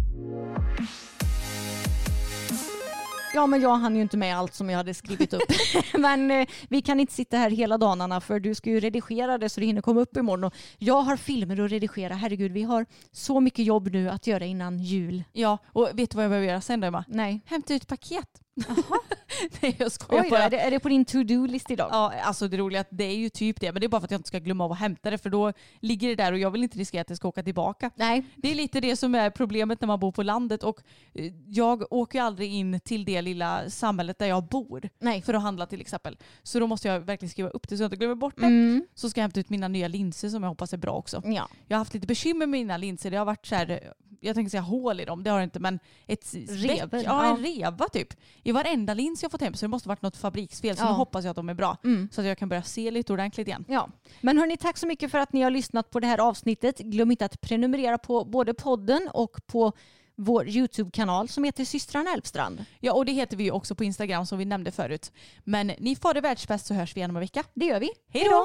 Ja, men jag hann ju inte med allt som jag hade skrivit upp. Men eh, vi kan inte sitta här hela dagarna, för du ska ju redigera det så det hinner komma upp imorgon. Och jag har filmer att redigera. Herregud, vi har så mycket jobb nu att göra innan jul. Ja, och vet du vad jag behöver göra sen då, Emma? Nej. Hämta ut paket. Jaha. Nej, jag skojar Oj då, bara. är det, är det på din to-do-list idag? Ja, alltså det roliga är att det är ju typ det. Men det är bara för att jag inte ska glömma av att hämta det. För då ligger det där och jag vill inte riskera att det ska åka tillbaka. Nej. Det är lite det som är problemet när man bor på landet. Och jag åker ju aldrig in till det lilla samhället där jag bor. Nej. För att handla till exempel. Så då måste jag verkligen skriva upp det så jag inte glömmer bort det. Mm. Så ska jag hämta ut mina nya linser som jag hoppas är bra också. Ja. Jag har haft lite bekymmer med mina linser. Det har varit så här, jag tänker säga hål i dem. Det har det inte, men ett Reven, ja, ja. en reva typ. I varenda lins jag fått hem så det måste varit något fabriksfel. Så Ja. nu hoppas jag att de är bra. Mm. Så att jag kan börja se lite ordentligt igen. Ja. Men hörni, tack så mycket för att ni har lyssnat på det här avsnittet. Glöm inte att prenumerera på både podden och på vår YouTube-kanal som heter Systrarna Elfstrand. Ja, och det heter vi ju också på Instagram som vi nämnde förut. Men ni får det världsbäst så hörs vi igen om en vecka. Det gör vi. Hej då!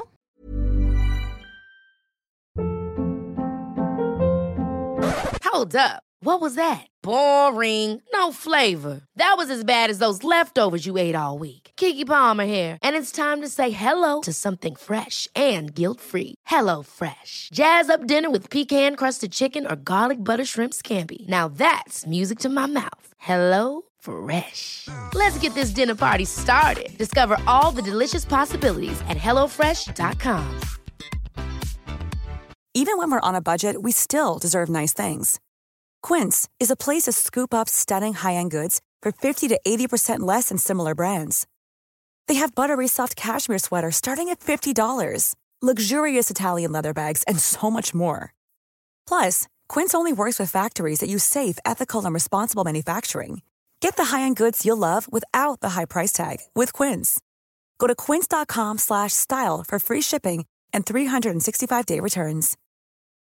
Hold up. What was that? Boring. No flavor. That was as bad as those leftovers you ate all week. Keke Palmer here, and it's time to say hello to something fresh and guilt-free. Hello Fresh. Jazz up dinner with pecan-crusted chicken or garlic butter shrimp scampi. Now that's music to my mouth. Hello Fresh. Let's get this dinner party started. Discover all the delicious possibilities at hello fresh dot com. Even when we're on a budget, we still deserve nice things. Quince is a place to scoop up stunning high-end goods for fifty to eighty percent less than similar brands. They have buttery soft cashmere sweaters starting at fifty dollars, luxurious Italian leather bags, and so much more. Plus, Quince only works with factories that use safe, ethical, and responsible manufacturing. Get the high-end goods you'll love without the high price tag with Quince. Go to quince dot com slash style for free shipping and three hundred sixty-five day returns.